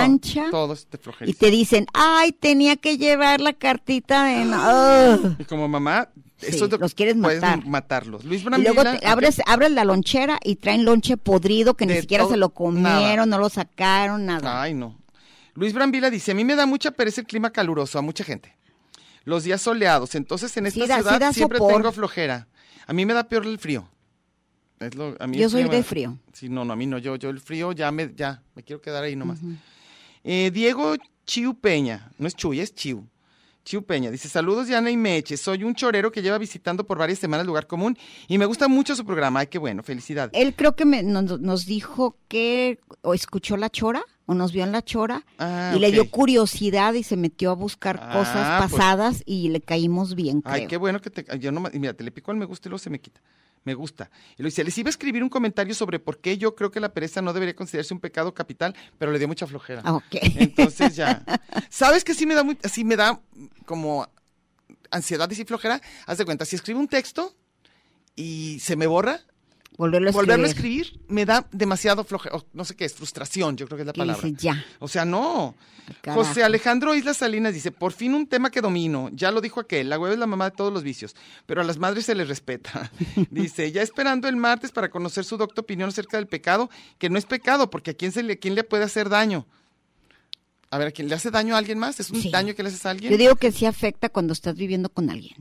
Speaker 4: plancha.
Speaker 3: Todo es de flojera.
Speaker 4: Y te dicen, ay, tenía que llevar la cartita de...
Speaker 3: Y como mamá,
Speaker 4: Sí,
Speaker 3: eso es lo
Speaker 4: los quieres
Speaker 3: puedes
Speaker 4: matar.
Speaker 3: matarlos. Luis
Speaker 4: Y
Speaker 3: Brambila.
Speaker 4: luego abres la lonchera y traen lonche podrido que ni
Speaker 3: De
Speaker 4: siquiera
Speaker 3: todo-
Speaker 4: se lo comieron,
Speaker 3: nada.
Speaker 4: no lo sacaron, nada.
Speaker 3: Ay, no. Luis Brambila dice, a mí me da mucha pereza el clima caluroso, a mucha gente. Los días soleados, entonces en esta
Speaker 4: Sí da
Speaker 3: ciudad siempre
Speaker 4: sopor.
Speaker 3: tengo flojera. A mí me da peor el frío. A mí
Speaker 4: Yo
Speaker 3: el
Speaker 4: soy
Speaker 3: frío
Speaker 4: de
Speaker 3: me-
Speaker 4: frío.
Speaker 3: Sí, no, a mí no, yo el frío ya me quiero quedar ahí nomás. Diego Chiu Peña, no es Chuy, es Chiu. Chiu Peña dice, saludos Diana y Meche, soy un chorero que lleva visitando por varias semanas Lugar Común y me gusta mucho su programa, ay qué bueno, felicidades.
Speaker 4: Él creo que nos dijo que o escuchó La Chora o nos vio en La Chora y le
Speaker 3: ok.
Speaker 4: dio curiosidad y se metió a buscar
Speaker 3: Ah,
Speaker 4: cosas
Speaker 3: pues.
Speaker 4: pasadas y le caímos bien, creo.
Speaker 3: Ay, qué bueno que yo no, mira, te le pico al me gusta y luego se me quita. Me gusta. Y lo dice, les iba a escribir un comentario sobre por qué yo creo que la pereza no debería considerarse un pecado capital, pero le dio mucha flojera.
Speaker 4: Ah, ok.
Speaker 3: Entonces ya. ¿Sabes que sí me da como ansiedad y sí flojera? Haz de cuenta, si escribo un texto y se me borra,
Speaker 4: Volverlo
Speaker 3: volverlo a escribir me da demasiado flojera, no sé qué es, frustración, yo creo que es la
Speaker 4: Que
Speaker 3: palabra.
Speaker 4: dice, ya.
Speaker 3: O sea, no.
Speaker 4: Carajo.
Speaker 3: José Alejandro Islas Salinas dice, por fin un tema que domino, ya lo dijo aquel, la hueva es la mamá de todos los vicios, pero a las madres se les respeta. Dice, ya esperando el martes para conocer su docta opinión acerca del pecado, que no es pecado, porque quién le puede hacer daño. A ver, ¿a quién le hace daño a alguien más? ¿Es un
Speaker 4: Sí.
Speaker 3: daño que le haces a alguien?
Speaker 4: Yo digo que sí afecta cuando estás viviendo con alguien.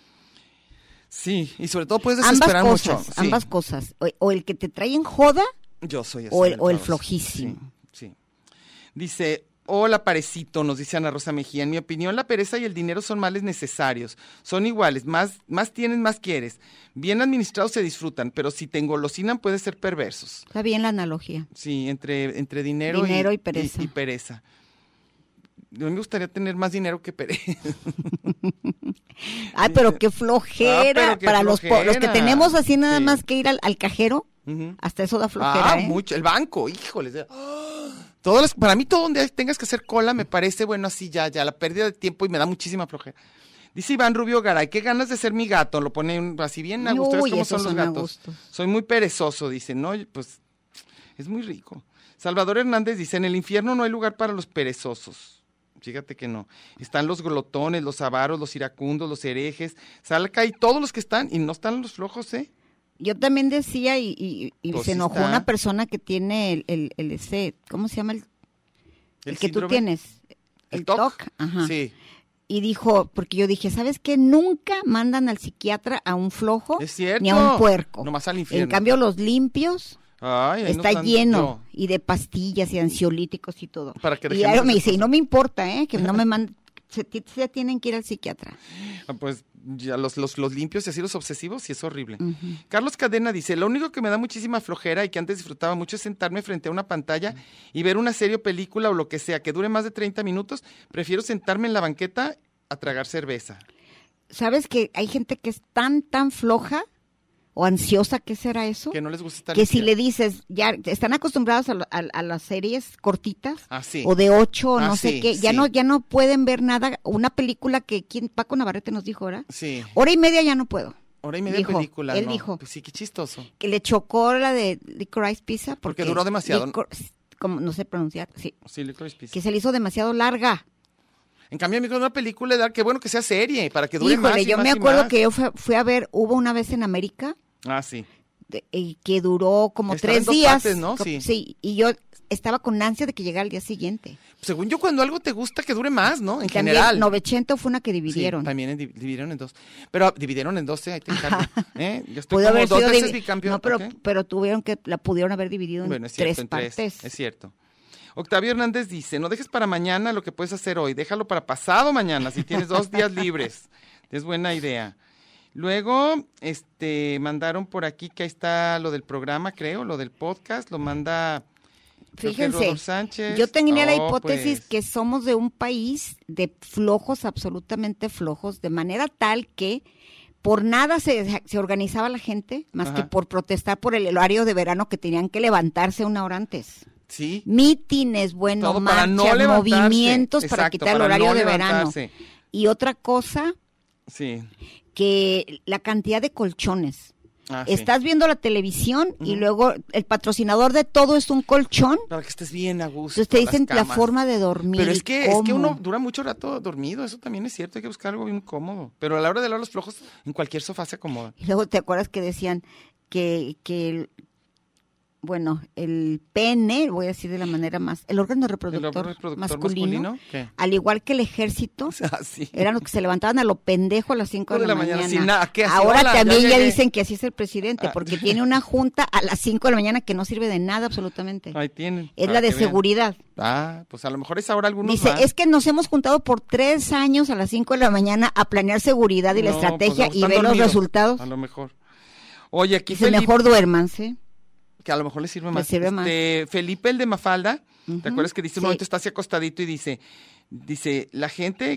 Speaker 3: Sí, y sobre todo puedes desesperar mucho. Sí.
Speaker 4: Ambas cosas. O el que te trae en joda
Speaker 3: Yo soy así.
Speaker 4: o el
Speaker 3: enfadoso.
Speaker 4: flojísimo.
Speaker 3: Sí, sí. Dice, hola parecito, nos dice Ana Rosa Mejía. En mi opinión, la pereza y el dinero son males necesarios. Son iguales, más tienes, más quieres. Bien administrados se disfrutan, pero si te engolosinan pueden ser perversos.
Speaker 4: Está bien la analogía.
Speaker 3: Sí, entre dinero
Speaker 4: Dinero y pereza.
Speaker 3: Y pereza. A mí me gustaría tener más dinero que pereza.
Speaker 4: Ay, pero qué flojera.
Speaker 3: pero qué
Speaker 4: Para los
Speaker 3: flojera.
Speaker 4: que tenemos así nada
Speaker 3: Sí.
Speaker 4: más que ir al cajero,
Speaker 3: Ujú.
Speaker 4: hasta eso da flojera, ¿eh?
Speaker 3: Mucho. El banco, híjoles. Para mí todo donde tengas que hacer cola me parece, bueno, así ya, la pérdida de tiempo y me da muchísima flojera. Dice Iván Rubio Garay, qué ganas de ser mi gato, lo pone así bien a gusto. ¿Ves
Speaker 4: Uy,
Speaker 3: cómo
Speaker 4: esos
Speaker 3: son los
Speaker 4: son a
Speaker 3: gatos?
Speaker 4: gusto.
Speaker 3: Soy muy perezoso, dice, no, pues es muy rico. Salvador Hernández dice, en el infierno no hay lugar para los perezosos. Fíjate que no. Están los glotones, los avaros, los iracundos, los herejes. Salca y todos los que están, y no están los flojos, ¿eh?
Speaker 4: Yo también decía y
Speaker 3: Pues
Speaker 4: se
Speaker 3: sí
Speaker 4: enojó
Speaker 3: está.
Speaker 4: una persona que tiene el ese, ¿cómo se llama? El que tú
Speaker 3: síndrome?
Speaker 4: tienes.
Speaker 3: ¿El
Speaker 4: TOC.
Speaker 3: TOC?
Speaker 4: Ajá.
Speaker 3: Sí,
Speaker 4: Y dijo, porque yo dije, ¿sabes qué? Nunca mandan al psiquiatra a un flojo
Speaker 3: es cierto.
Speaker 4: ni a un puerco.
Speaker 3: Nomás al infierno.
Speaker 4: En cambio, los limpios
Speaker 3: Ay, ahí no
Speaker 4: está
Speaker 3: están-
Speaker 4: lleno
Speaker 3: yo.
Speaker 4: y de pastillas y ansiolíticos y todo.
Speaker 3: Para que
Speaker 4: y
Speaker 3: dejemos
Speaker 4: Aero me
Speaker 3: esas
Speaker 4: dice, y
Speaker 3: cosas.
Speaker 4: no me importa, que no me manden, se tienen que ir al psiquiatra.
Speaker 3: Pues ya los limpios y así los obsesivos, sí es horrible. Carlos Cadena dice, lo único que me da muchísima flojera y que antes disfrutaba mucho es sentarme frente a una pantalla y ver una serie o película o lo que sea, que dure más de 30 minutos, prefiero sentarme en la banqueta a tragar cerveza.
Speaker 4: ¿Sabes que hay gente que es tan floja o ansiosa? ¿Qué será eso?
Speaker 3: Que no les gusta estar
Speaker 4: Que si
Speaker 3: limpia.
Speaker 4: le dices, ya están acostumbrados a las series cortitas
Speaker 3: Ah, sí.
Speaker 4: o de 8,
Speaker 3: Ah,
Speaker 4: no sé
Speaker 3: sí,
Speaker 4: qué, ya
Speaker 3: sí.
Speaker 4: no pueden ver nada. Una película que Paco Navarrete nos dijo, ¿verdad?
Speaker 3: Sí,
Speaker 4: Hora y media ya no puedo.
Speaker 3: hora y media
Speaker 4: Dijo,
Speaker 3: película.
Speaker 4: él
Speaker 3: ¿no?
Speaker 4: dijo.
Speaker 3: Pues sí, qué chistoso.
Speaker 4: Que le chocó la de Licorice Pizza
Speaker 3: Porque duró demasiado.
Speaker 4: Como no sé pronunciar, sí.
Speaker 3: Sí, Licorice Pizza.
Speaker 4: Que se le hizo demasiado larga.
Speaker 3: En cambio, a mí con una película, qué bueno que sea serie, para que dure más
Speaker 4: Híjole,
Speaker 3: y
Speaker 4: yo
Speaker 3: más
Speaker 4: me
Speaker 3: y
Speaker 4: acuerdo
Speaker 3: más.
Speaker 4: que yo fui a ver, hubo una vez en América,
Speaker 3: Ah, sí.
Speaker 4: que duró como
Speaker 3: Estaba en
Speaker 4: 3
Speaker 3: dos
Speaker 4: días.
Speaker 3: partes, ¿no? Sí.
Speaker 4: Y yo estaba con ansia de que llegara el día siguiente.
Speaker 3: Según yo, cuando algo te gusta, que dure más, ¿no? En
Speaker 4: También
Speaker 3: general.
Speaker 4: 900 fue una que dividieron.
Speaker 3: Sí, también dividieron en dos. Pero dividieron en 12, ahí te encargo. Yo estoy
Speaker 4: Pudo
Speaker 3: como
Speaker 4: haber
Speaker 3: 2
Speaker 4: sido
Speaker 3: veces
Speaker 4: divi-
Speaker 3: bicampeón.
Speaker 4: No,
Speaker 3: ¿ok?
Speaker 4: pero la pudieron haber dividido
Speaker 3: Bueno,
Speaker 4: en
Speaker 3: es cierto,
Speaker 4: 3
Speaker 3: en tres,
Speaker 4: partes.
Speaker 3: es cierto. Octavio Hernández dice, no dejes para mañana lo que puedes hacer hoy, déjalo para pasado mañana, si tienes 2 días libres. Es buena idea. Luego, mandaron por aquí que ahí está lo del programa, creo, lo del podcast, lo manda creo que
Speaker 4: Fíjense,
Speaker 3: Rodolfo Sánchez.
Speaker 4: yo tenía la
Speaker 3: Oh,
Speaker 4: hipótesis
Speaker 3: pues.
Speaker 4: que somos de un país de flojos, absolutamente flojos, de manera tal que por nada se organizaba la gente, más
Speaker 3: Ajá.
Speaker 4: que por protestar por el horario de verano que tenían que levantarse 1 hora antes.
Speaker 3: Sí.
Speaker 4: Mítines, bueno,
Speaker 3: Todo para no
Speaker 4: marchas,
Speaker 3: levantarse.
Speaker 4: movimientos para
Speaker 3: Exacto,
Speaker 4: quitar el
Speaker 3: para
Speaker 4: horario
Speaker 3: no
Speaker 4: de verano.
Speaker 3: levantarse.
Speaker 4: Y otra cosa,
Speaker 3: Sí.
Speaker 4: que la cantidad de colchones.
Speaker 3: Ah, sí.
Speaker 4: Estás viendo la televisión y luego el patrocinador de todo es un colchón.
Speaker 3: Para que estés bien a gusto.
Speaker 4: Entonces te
Speaker 3: las
Speaker 4: dicen la
Speaker 3: camas.
Speaker 4: forma de dormir.
Speaker 3: Pero
Speaker 4: y
Speaker 3: es que
Speaker 4: cómo.
Speaker 3: uno dura mucho rato dormido, eso también es cierto, hay que buscar algo bien cómodo. Pero a la hora de los flojos, en cualquier sofá se acomoda.
Speaker 4: Y luego te acuerdas que decían bueno, el pene, voy a decir de la manera más, el órgano reproductor, masculino,
Speaker 3: ¿qué?
Speaker 4: al igual que el ejército,
Speaker 3: Ah, sí.
Speaker 4: eran los que se levantaban a lo pendejo a las 5 de la mañana.
Speaker 3: sin nada, ¿qué? Así,
Speaker 4: Ahora
Speaker 3: hola,
Speaker 4: también ya
Speaker 3: llegué.
Speaker 4: dicen que así es el presidente,
Speaker 3: Ah.
Speaker 4: porque tiene una junta a las 5 de la mañana que no sirve de nada absolutamente.
Speaker 3: Ahí tienen.
Speaker 4: Es
Speaker 3: para
Speaker 4: la de
Speaker 3: que vean.
Speaker 4: seguridad.
Speaker 3: Ah, pues a lo mejor es ahora algunos
Speaker 4: Dice,
Speaker 3: van.
Speaker 4: es que nos hemos juntado por 3 años a las 5 de la mañana a planear seguridad y la
Speaker 3: No,
Speaker 4: estrategia
Speaker 3: pues,
Speaker 4: y
Speaker 3: están
Speaker 4: ver los
Speaker 3: dormidos,
Speaker 4: resultados.
Speaker 3: A lo mejor. Oye, aquí
Speaker 4: Dice,
Speaker 3: Felipe,
Speaker 4: mejor duérmanse.
Speaker 3: que a lo mejor le sirve más.
Speaker 4: sirve más.
Speaker 3: Felipe, el de Mafalda, ¿te acuerdas que dice un
Speaker 4: Sí.
Speaker 3: momento está así acostadito y dice, la gente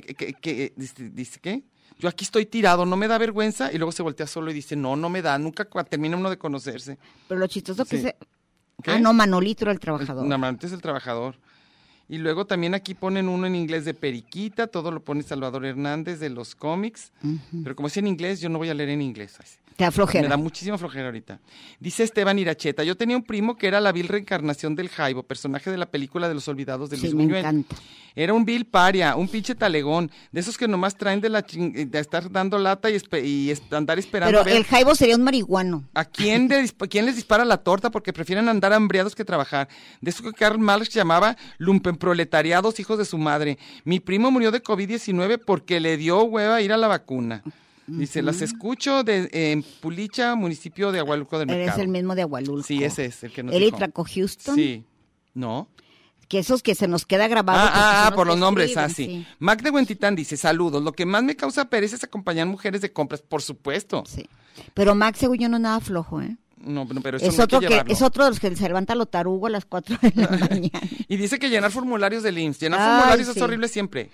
Speaker 3: dice, ¿qué? Yo aquí estoy tirado, no me da vergüenza, y luego se voltea solo y dice, no me da, nunca termina uno de conocerse.
Speaker 4: Pero lo chistoso que
Speaker 3: Sí.
Speaker 4: se...
Speaker 3: ¿Qué?
Speaker 4: Ah, no, Manolito era el trabajador.
Speaker 3: Normalmente es el trabajador. Y luego también aquí ponen uno en inglés de Periquita, todo lo pone Salvador Hernández de los cómics, pero como es en inglés, yo no voy a leer en inglés. Ay, sí.
Speaker 4: Te aflojera.
Speaker 3: Me da muchísima flojera ahorita. Dice Esteban Iracheta, yo tenía un primo que era la vil reencarnación del Jaibo, personaje de la película de Los Olvidados de
Speaker 4: Sí,
Speaker 3: Luis
Speaker 4: me
Speaker 3: Buñuel.
Speaker 4: encanta.
Speaker 3: Era un vil paria, un pinche talegón, de esos que nomás traen de estar dando lata y andar esperando
Speaker 4: Pero
Speaker 3: a ver
Speaker 4: el Jaibo sería un marihuano.
Speaker 3: a quién les dispara la torta porque prefieren andar hambriados que trabajar. De eso que Karl Marx llamaba lumpenproletariados, hijos de su madre. Mi primo murió de COVID-19 porque le dio hueva ir a la vacuna. Dice, las escucho en Pulicha, municipio de Agualuco del Mercado.
Speaker 4: Eres el mismo de Agualulco.
Speaker 3: Sí, ese es el que nos
Speaker 4: Él y
Speaker 3: dijo.
Speaker 4: Traco Houston.
Speaker 3: Sí. ¿No?
Speaker 4: Que esos que se nos queda grabado. porque son
Speaker 3: Por
Speaker 4: que
Speaker 3: los nombres,
Speaker 4: escriben,
Speaker 3: sí. Mac de Huentitán dice, saludos, lo que más me causa pereza es acompañar mujeres de compras, por supuesto.
Speaker 4: Sí. Pero Max, según yo, no es nada flojo, ¿eh?
Speaker 3: No, pero eso
Speaker 4: Es
Speaker 3: no hay
Speaker 4: otro,
Speaker 3: que llevarlo.
Speaker 4: es otro de los que se levanta lo tarugo a las 4 de la mañana.
Speaker 3: Y dice que llenar formularios del IMSS. Llenar
Speaker 4: Ay,
Speaker 3: formularios
Speaker 4: sí.
Speaker 3: es horrible siempre.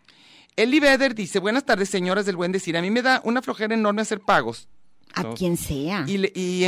Speaker 3: Eli Beder dice, buenas tardes, señoras del buen decir. A mí me da una flojera enorme hacer pagos.
Speaker 4: A quien sea.
Speaker 3: Y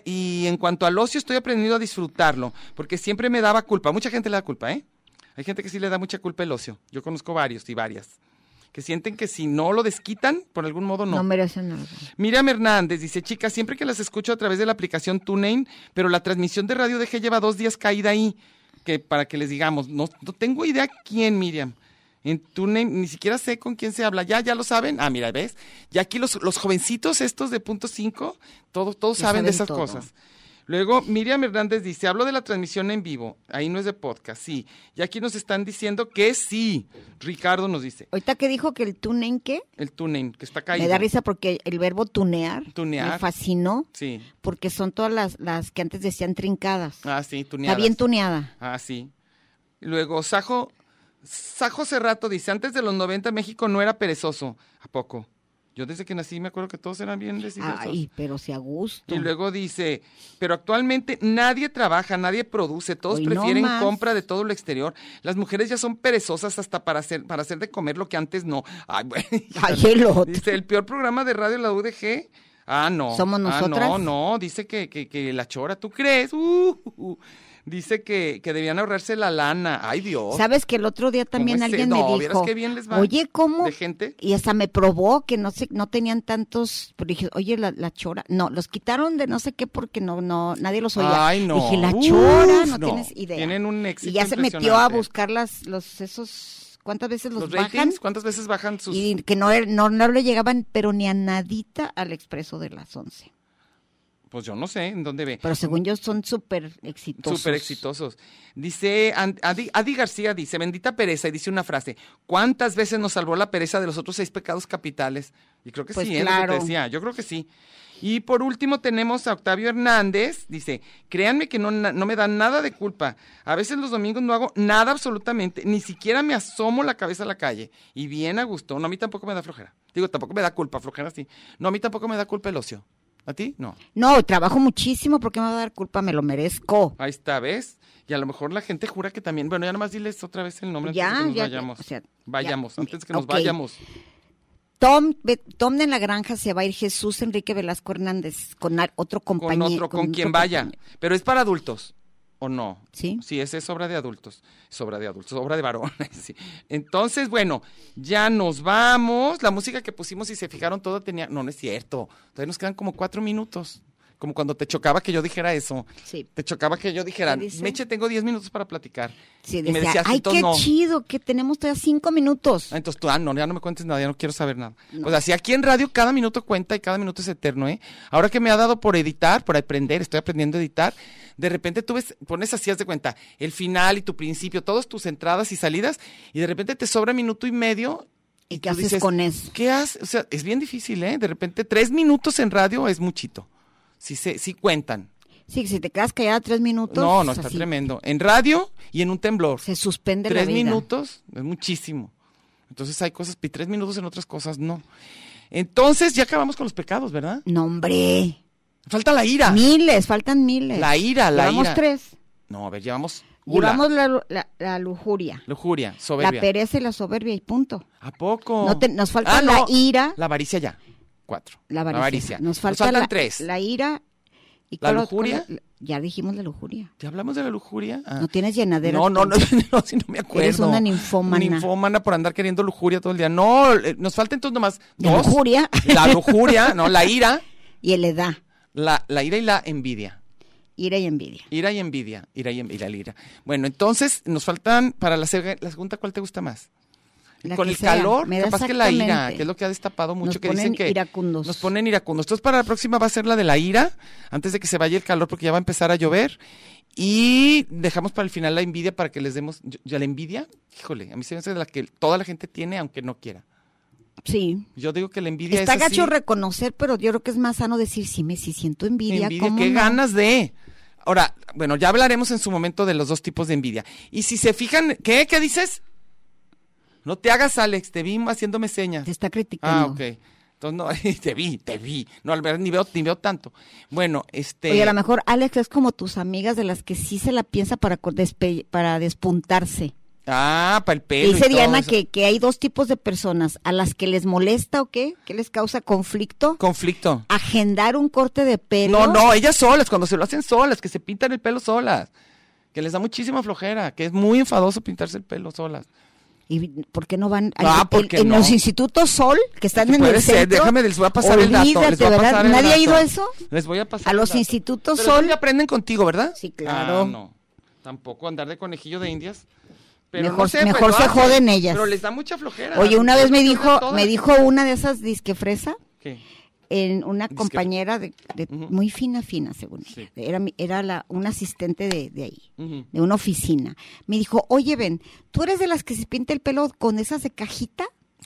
Speaker 3: en cuanto al ocio, estoy aprendiendo a disfrutarlo, porque siempre me daba culpa. Mucha gente le da culpa, ¿eh? Hay gente que sí le da mucha culpa el ocio. Yo conozco varios y varias. Que sienten que si no lo desquitan, por algún modo
Speaker 4: No merecen nada.
Speaker 3: Miriam Hernández dice, chicas, siempre que las escucho a través de la aplicación TuneIn, pero la transmisión de Radio DG lleva 2 días caída ahí, que para que les digamos, no tengo idea quién, Miriam. En TuneIn ni siquiera sé con quién se habla. Ya lo saben. Ah, mira, ¿ves? Ya aquí los jovencitos estos de punto 5, todos saben de esas
Speaker 4: todo.
Speaker 3: cosas. Luego, Miriam Hernández dice, hablo de la transmisión en vivo. Ahí no es de podcast, sí. Y aquí nos están diciendo que sí. Ricardo nos dice,
Speaker 4: Ahorita que dijo que el tunen, ¿qué?
Speaker 3: el TuneIn, que está caído.
Speaker 4: Me da risa porque el verbo tunear,
Speaker 3: Tunear.
Speaker 4: me fascinó,
Speaker 3: Sí.
Speaker 4: porque son todas las que antes decían trincadas.
Speaker 3: Ah, sí,
Speaker 4: Está
Speaker 3: tuneadas.
Speaker 4: bien tuneada.
Speaker 3: Ah, sí. Luego, Sajo Cerrato dice, antes de los 90 México no era perezoso. ¿A poco? Yo desde que nací me acuerdo que todos eran bien decididos.
Speaker 4: Ay, pero si a gusto.
Speaker 3: Y luego dice, pero actualmente nadie trabaja, nadie produce, todos
Speaker 4: Hoy no
Speaker 3: prefieren
Speaker 4: más.
Speaker 3: compra de todo lo exterior. Las mujeres ya son perezosas hasta para hacer de comer lo que antes no. Ay, bueno.
Speaker 4: Ay, el otro.
Speaker 3: Dice, el peor programa de radio de la UDG. Ah, no.
Speaker 4: ¿Somos nosotras?
Speaker 3: No, dice que la chora, ¿tú crees? Dice que debían ahorrarse la lana. Ay, Dios.
Speaker 4: ¿Sabes que el otro día también
Speaker 3: ¿Cómo es
Speaker 4: alguien
Speaker 3: eso?
Speaker 4: me
Speaker 3: No,
Speaker 4: dijo,
Speaker 3: ¿vieras qué bien les va
Speaker 4: oye, ¿cómo?
Speaker 3: de gente?
Speaker 4: Y hasta me probó que no tenían tantos, pero dije, oye, la chora, no, los quitaron de no sé qué porque no, nadie los oía.
Speaker 3: Ay, no.
Speaker 4: Dije, la chora,
Speaker 3: Uf,
Speaker 4: no tienes idea.
Speaker 3: Tienen un éxito
Speaker 4: Y ya se metió a
Speaker 3: impresionante.
Speaker 4: buscar esos, ¿cuántas veces los bajan?
Speaker 3: ratings, ¿cuántas veces bajan sus...?
Speaker 4: Y que no le llegaban, pero ni a nadita al Expreso de las 11.
Speaker 3: Pues yo no sé en dónde ve.
Speaker 4: Pero según yo son súper exitosos.
Speaker 3: Súper exitosos. Dice, Adi García dice, bendita pereza, y dice una frase, ¿cuántas veces nos salvó la pereza de los otros 6 pecados capitales? Y creo que
Speaker 4: Pues
Speaker 3: sí, es lo que
Speaker 4: claro.
Speaker 3: te decía, yo creo que sí. Y por último tenemos a Octavio Hernández, dice, créanme que no me da nada de culpa. A veces los domingos no hago nada absolutamente, ni siquiera me asomo la cabeza a la calle. Y bien a gusto. No, a mí tampoco me da flojera. Digo, tampoco me da culpa, flojera sí. No, a mí tampoco me da culpa el ocio. ¿A ti? No.
Speaker 4: No, trabajo muchísimo, ¿por qué me va a dar culpa? Me lo merezco.
Speaker 3: Ahí está, ¿ves? Y a lo mejor la gente jura que también. Bueno, ya nomás diles otra vez el nombre
Speaker 4: Ya,
Speaker 3: antes de que nos
Speaker 4: ya,
Speaker 3: vayamos.
Speaker 4: o sea,
Speaker 3: vayamos,
Speaker 4: ya.
Speaker 3: antes de que nos
Speaker 4: Ok.
Speaker 3: vayamos.
Speaker 4: Tom en la granja se va a ir Jesús Enrique Velasco Hernández con otro compañero.
Speaker 3: Con quien vaya. Pero es para adultos, ¿o no?
Speaker 4: Sí.
Speaker 3: Sí, esa es obra de adultos. Es obra de adultos, obra de varones. Sí. Entonces, bueno, ya nos vamos. La música que pusimos, si se fijaron, todo tenía... No, no es cierto. Todavía nos quedan como 4 minutos. Como cuando te chocaba que yo dijera eso.
Speaker 4: Sí.
Speaker 3: Te chocaba que yo dijera,
Speaker 4: ¿Qué dice?
Speaker 3: Meche, tengo 10 minutos para platicar.
Speaker 4: Sí,
Speaker 3: y me
Speaker 4: decía,
Speaker 3: decías,
Speaker 4: ay,
Speaker 3: entonces
Speaker 4: qué
Speaker 3: no.
Speaker 4: chido, que tenemos todavía 5 minutos.
Speaker 3: Ah, entonces tú, no, ya no me cuentes nada, ya no quiero saber nada.
Speaker 4: No.
Speaker 3: Pues así aquí en radio cada minuto cuenta y cada minuto es eterno, ¿eh? Ahora que me ha dado por editar, por aprender, estoy aprendiendo a editar, de repente tú pones así, haz de cuenta, el final y tu principio, todas tus entradas y salidas, y de repente te sobra minuto y medio.
Speaker 4: ¿Y qué
Speaker 3: tú
Speaker 4: haces
Speaker 3: dices,
Speaker 4: con eso?
Speaker 3: ¿Qué haces? O sea, es bien difícil, ¿eh? De repente 3 minutos en radio es muchito. Sí cuentan.
Speaker 4: Sí, si te quedas callada 3 minutos.
Speaker 3: No,
Speaker 4: pues
Speaker 3: está
Speaker 4: así,
Speaker 3: tremendo. En radio y en un temblor.
Speaker 4: Se suspende la
Speaker 3: 3
Speaker 4: vida.
Speaker 3: minutos es muchísimo. Entonces hay cosas, y 3 minutos en otras cosas no. Entonces ya acabamos con los pecados, ¿verdad?
Speaker 4: No, hombre.
Speaker 3: Falta la ira.
Speaker 4: Faltan miles.
Speaker 3: La ira.
Speaker 4: Llevamos 3.
Speaker 3: No, a ver, llevamos gula,
Speaker 4: Llevamos la lujuria,
Speaker 3: lujuria, soberbia.
Speaker 4: la pereza y la soberbia y punto.
Speaker 3: ¿A poco?
Speaker 4: Nos falta la ira.
Speaker 3: La avaricia ya. 4.
Speaker 4: La avaricia. Nos
Speaker 3: faltan
Speaker 4: falta
Speaker 3: 3.
Speaker 4: la ira. ¿Y
Speaker 3: ¿La
Speaker 4: cuál-
Speaker 3: lujuria?
Speaker 4: Ya dijimos la lujuria.
Speaker 3: ¿Ya hablamos de la lujuria? Ah.
Speaker 4: No tienes llenadera.
Speaker 3: No, si no me acuerdo.
Speaker 4: Eres una ninfómana.
Speaker 3: Ninfómana por andar queriendo lujuria todo el día. No, nos falta entonces nomás
Speaker 4: La
Speaker 3: 2.
Speaker 4: lujuria.
Speaker 3: La lujuria, no, la ira.
Speaker 4: Y el edad.
Speaker 3: La ira y la envidia.
Speaker 4: Ira y envidia.
Speaker 3: Ira y envidia. Ira. Bueno, entonces nos faltan para la segunda, ¿cuál te gusta más?
Speaker 4: La
Speaker 3: Con
Speaker 4: que
Speaker 3: el
Speaker 4: sea,
Speaker 3: calor,
Speaker 4: me da
Speaker 3: capaz que la ira,
Speaker 4: exactamente.
Speaker 3: que es lo que ha destapado mucho,
Speaker 4: Nos
Speaker 3: que
Speaker 4: ponen
Speaker 3: dicen que
Speaker 4: iracundos.
Speaker 3: nos ponen iracundos. Entonces para la próxima va a ser la de la ira, antes de que se vaya el calor, porque ya va a empezar a llover. Y dejamos para el final la envidia para que les demos. Ya la envidia, híjole, a mí se me hace la que toda la gente tiene, aunque no quiera.
Speaker 4: Sí.
Speaker 3: Yo digo que la envidia
Speaker 4: Está
Speaker 3: es así.
Speaker 4: gacho reconocer, pero yo creo que es más sano decir, si siento envidia, ¿cómo
Speaker 3: qué
Speaker 4: no?
Speaker 3: ganas de. Ahora, bueno, ya hablaremos en su momento de los 2 tipos de envidia. Y si se fijan, ¿qué dices? No te hagas, Alex, te vi haciéndome señas.
Speaker 4: Te está criticando.
Speaker 3: Ah, ok. Entonces, no, te vi. No, al ver, ni veo tanto. Bueno,
Speaker 4: Oye, a lo mejor Alex es como tus amigas de las que sí se la piensa para despuntarse.
Speaker 3: Ah, para el pelo.
Speaker 4: Dice
Speaker 3: y todo
Speaker 4: Diana
Speaker 3: eso.
Speaker 4: que hay 2 tipos de personas, a las que les molesta o qué les causa conflicto,
Speaker 3: Conflicto.
Speaker 4: agendar un corte de pelo.
Speaker 3: No, ellas solas, cuando se lo hacen solas, que se pintan el pelo solas. Que les da muchísima flojera, que es muy enfadoso pintarse el pelo solas.
Speaker 4: ¿Y por qué no van
Speaker 3: ¿por qué
Speaker 4: en
Speaker 3: no?
Speaker 4: los institutos Sol, que están en
Speaker 3: Puede
Speaker 4: el
Speaker 3: ser,
Speaker 4: centro?
Speaker 3: déjame, les voy a pasar el dato.
Speaker 4: Olvídate,
Speaker 3: Les voy a
Speaker 4: ¿verdad?
Speaker 3: pasar el
Speaker 4: ¿Nadie ha
Speaker 3: dato.
Speaker 4: ido a eso?
Speaker 3: Les voy a pasar
Speaker 4: A
Speaker 3: el
Speaker 4: los
Speaker 3: dato.
Speaker 4: institutos
Speaker 3: Pero
Speaker 4: Sol.
Speaker 3: ellos ya aprenden contigo, ¿verdad?
Speaker 4: Sí, claro.
Speaker 3: Ah, no. Tampoco andar de conejillo de indias. Pero
Speaker 4: Mejor-
Speaker 3: no sé,
Speaker 4: mejor
Speaker 3: pues, lo
Speaker 4: se
Speaker 3: hacen,
Speaker 4: joden ellas.
Speaker 3: Pero les da mucha flojera.
Speaker 4: Oye, una vez me
Speaker 3: Yo creo que a
Speaker 4: dijo
Speaker 3: todas.
Speaker 4: una de esas disque fresa,
Speaker 3: ¿Qué?
Speaker 4: en una
Speaker 3: Disque-
Speaker 4: compañera de
Speaker 3: Ujú.
Speaker 4: muy fina, según
Speaker 3: Sí.
Speaker 4: ella. Era una asistente de ahí,
Speaker 3: Ujú.
Speaker 4: de una oficina. Me dijo, oye, ven, ¿tú eres de las que se pinta el pelo con esas de cajita?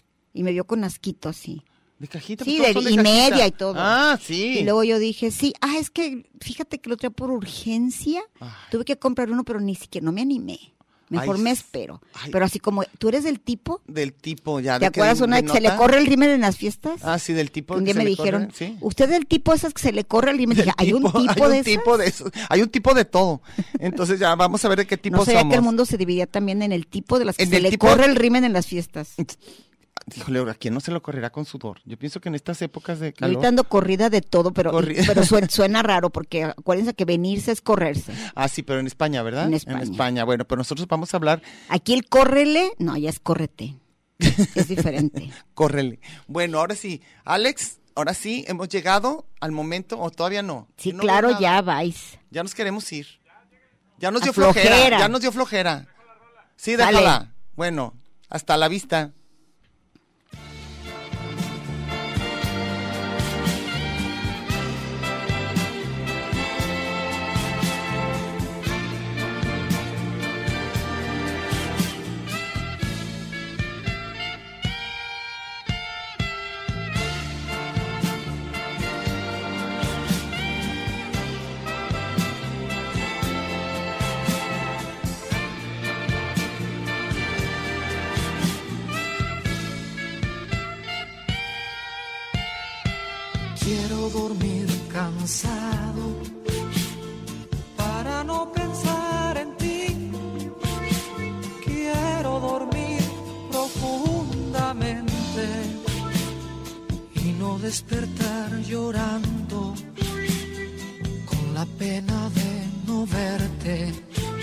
Speaker 4: Y me vio con asquito así.
Speaker 3: ¿De cajita?
Speaker 4: Sí,
Speaker 3: Pues todos son
Speaker 4: y
Speaker 3: cajita.
Speaker 4: media y todo.
Speaker 3: Ah, sí.
Speaker 4: Y luego yo dije, sí, es que fíjate que lo traía por urgencia.
Speaker 3: Ay.
Speaker 4: Tuve que comprar uno, pero ni siquiera, no me animé. Mejor
Speaker 3: Ay,
Speaker 4: me espero.
Speaker 3: ay.
Speaker 4: Pero así como, ¿tú eres del tipo?
Speaker 3: Del tipo, ya.
Speaker 4: ¿Te
Speaker 3: de que
Speaker 4: acuerdas una
Speaker 3: de
Speaker 4: que se le
Speaker 3: nota?
Speaker 4: corre el rímel en las fiestas?
Speaker 3: Ah, sí, del tipo.
Speaker 4: Un
Speaker 3: que
Speaker 4: día
Speaker 3: se
Speaker 4: me
Speaker 3: le
Speaker 4: dijeron,
Speaker 3: corre, sí.
Speaker 4: ¿usted es del tipo esas que se le corre el rímel? Dije, ¿hay un tipo
Speaker 3: hay
Speaker 4: de
Speaker 3: un
Speaker 4: esas?
Speaker 3: tipo de eso. Hay un tipo de todo. Entonces ya vamos a ver de qué tipo
Speaker 4: No sabía
Speaker 3: somos.
Speaker 4: que el mundo se dividía también en el tipo de las que
Speaker 3: En
Speaker 4: se
Speaker 3: el
Speaker 4: le
Speaker 3: tipo-
Speaker 4: corre el rímel en las fiestas.
Speaker 3: Híjole, ¿a quién no se lo correrá con sudor? Yo pienso que en estas épocas de
Speaker 4: Yo
Speaker 3: calor.
Speaker 4: ahorita ando corrida de todo, pero suena raro porque acuérdense que venirse es correrse.
Speaker 3: Ah, sí, pero en España, ¿verdad?
Speaker 4: En España.
Speaker 3: Bueno, pero nosotros vamos a hablar.
Speaker 4: Aquí el córrele, no, ya es córrete. Es diferente.
Speaker 3: Córrele. Bueno, ahora sí. Alex, ahora sí, hemos llegado al momento, o todavía no.
Speaker 4: Sí,
Speaker 3: Yo no
Speaker 4: claro,
Speaker 3: veo nada.
Speaker 4: ya vais.
Speaker 3: Ya nos queremos ir. Ya nos
Speaker 4: A
Speaker 3: dio flojera.
Speaker 4: flojera.
Speaker 3: Ya nos dio flojera. Sí,
Speaker 4: Dale.
Speaker 3: déjala. Bueno, hasta la vista.
Speaker 5: Quiero dormir cansado para no pensar en ti. Quiero dormir profundamente y no despertar llorando con la pena de no verte.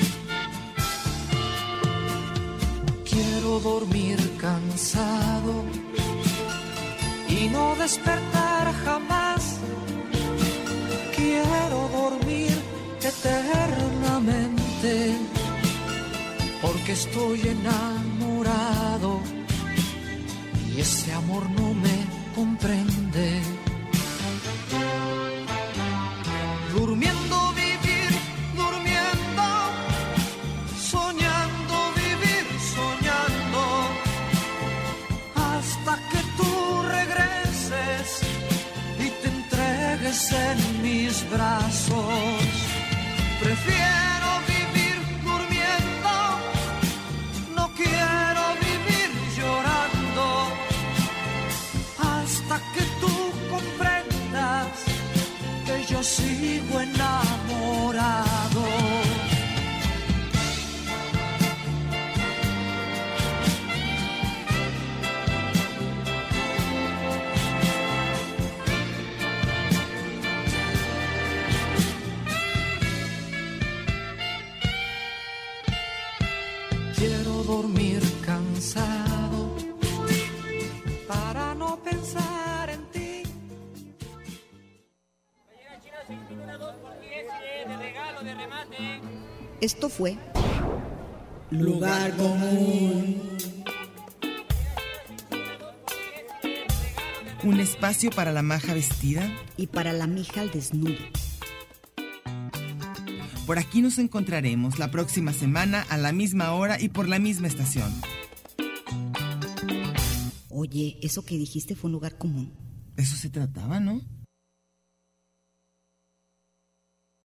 Speaker 5: Quiero dormir cansado y no despertar jamás. Quiero porque estoy enamorado y ese amor no me comprende. Durmiendo vivir, durmiendo, soñando vivir, soñando, hasta que tú regreses y te entregues en mis brazos. Prefiero vivir durmiendo, no quiero vivir llorando, hasta que tú comprendas que yo sigo enamorado. Quiero dormir cansado para no pensar en ti.
Speaker 4: Esto fue
Speaker 7: Lugar común.
Speaker 3: Un espacio para la maja vestida.
Speaker 4: Y para la mija al desnudo.
Speaker 3: Por aquí nos encontraremos la próxima semana a la misma hora y por la misma estación.
Speaker 4: Oye, eso que dijiste fue un lugar común.
Speaker 3: Eso se trataba, ¿no?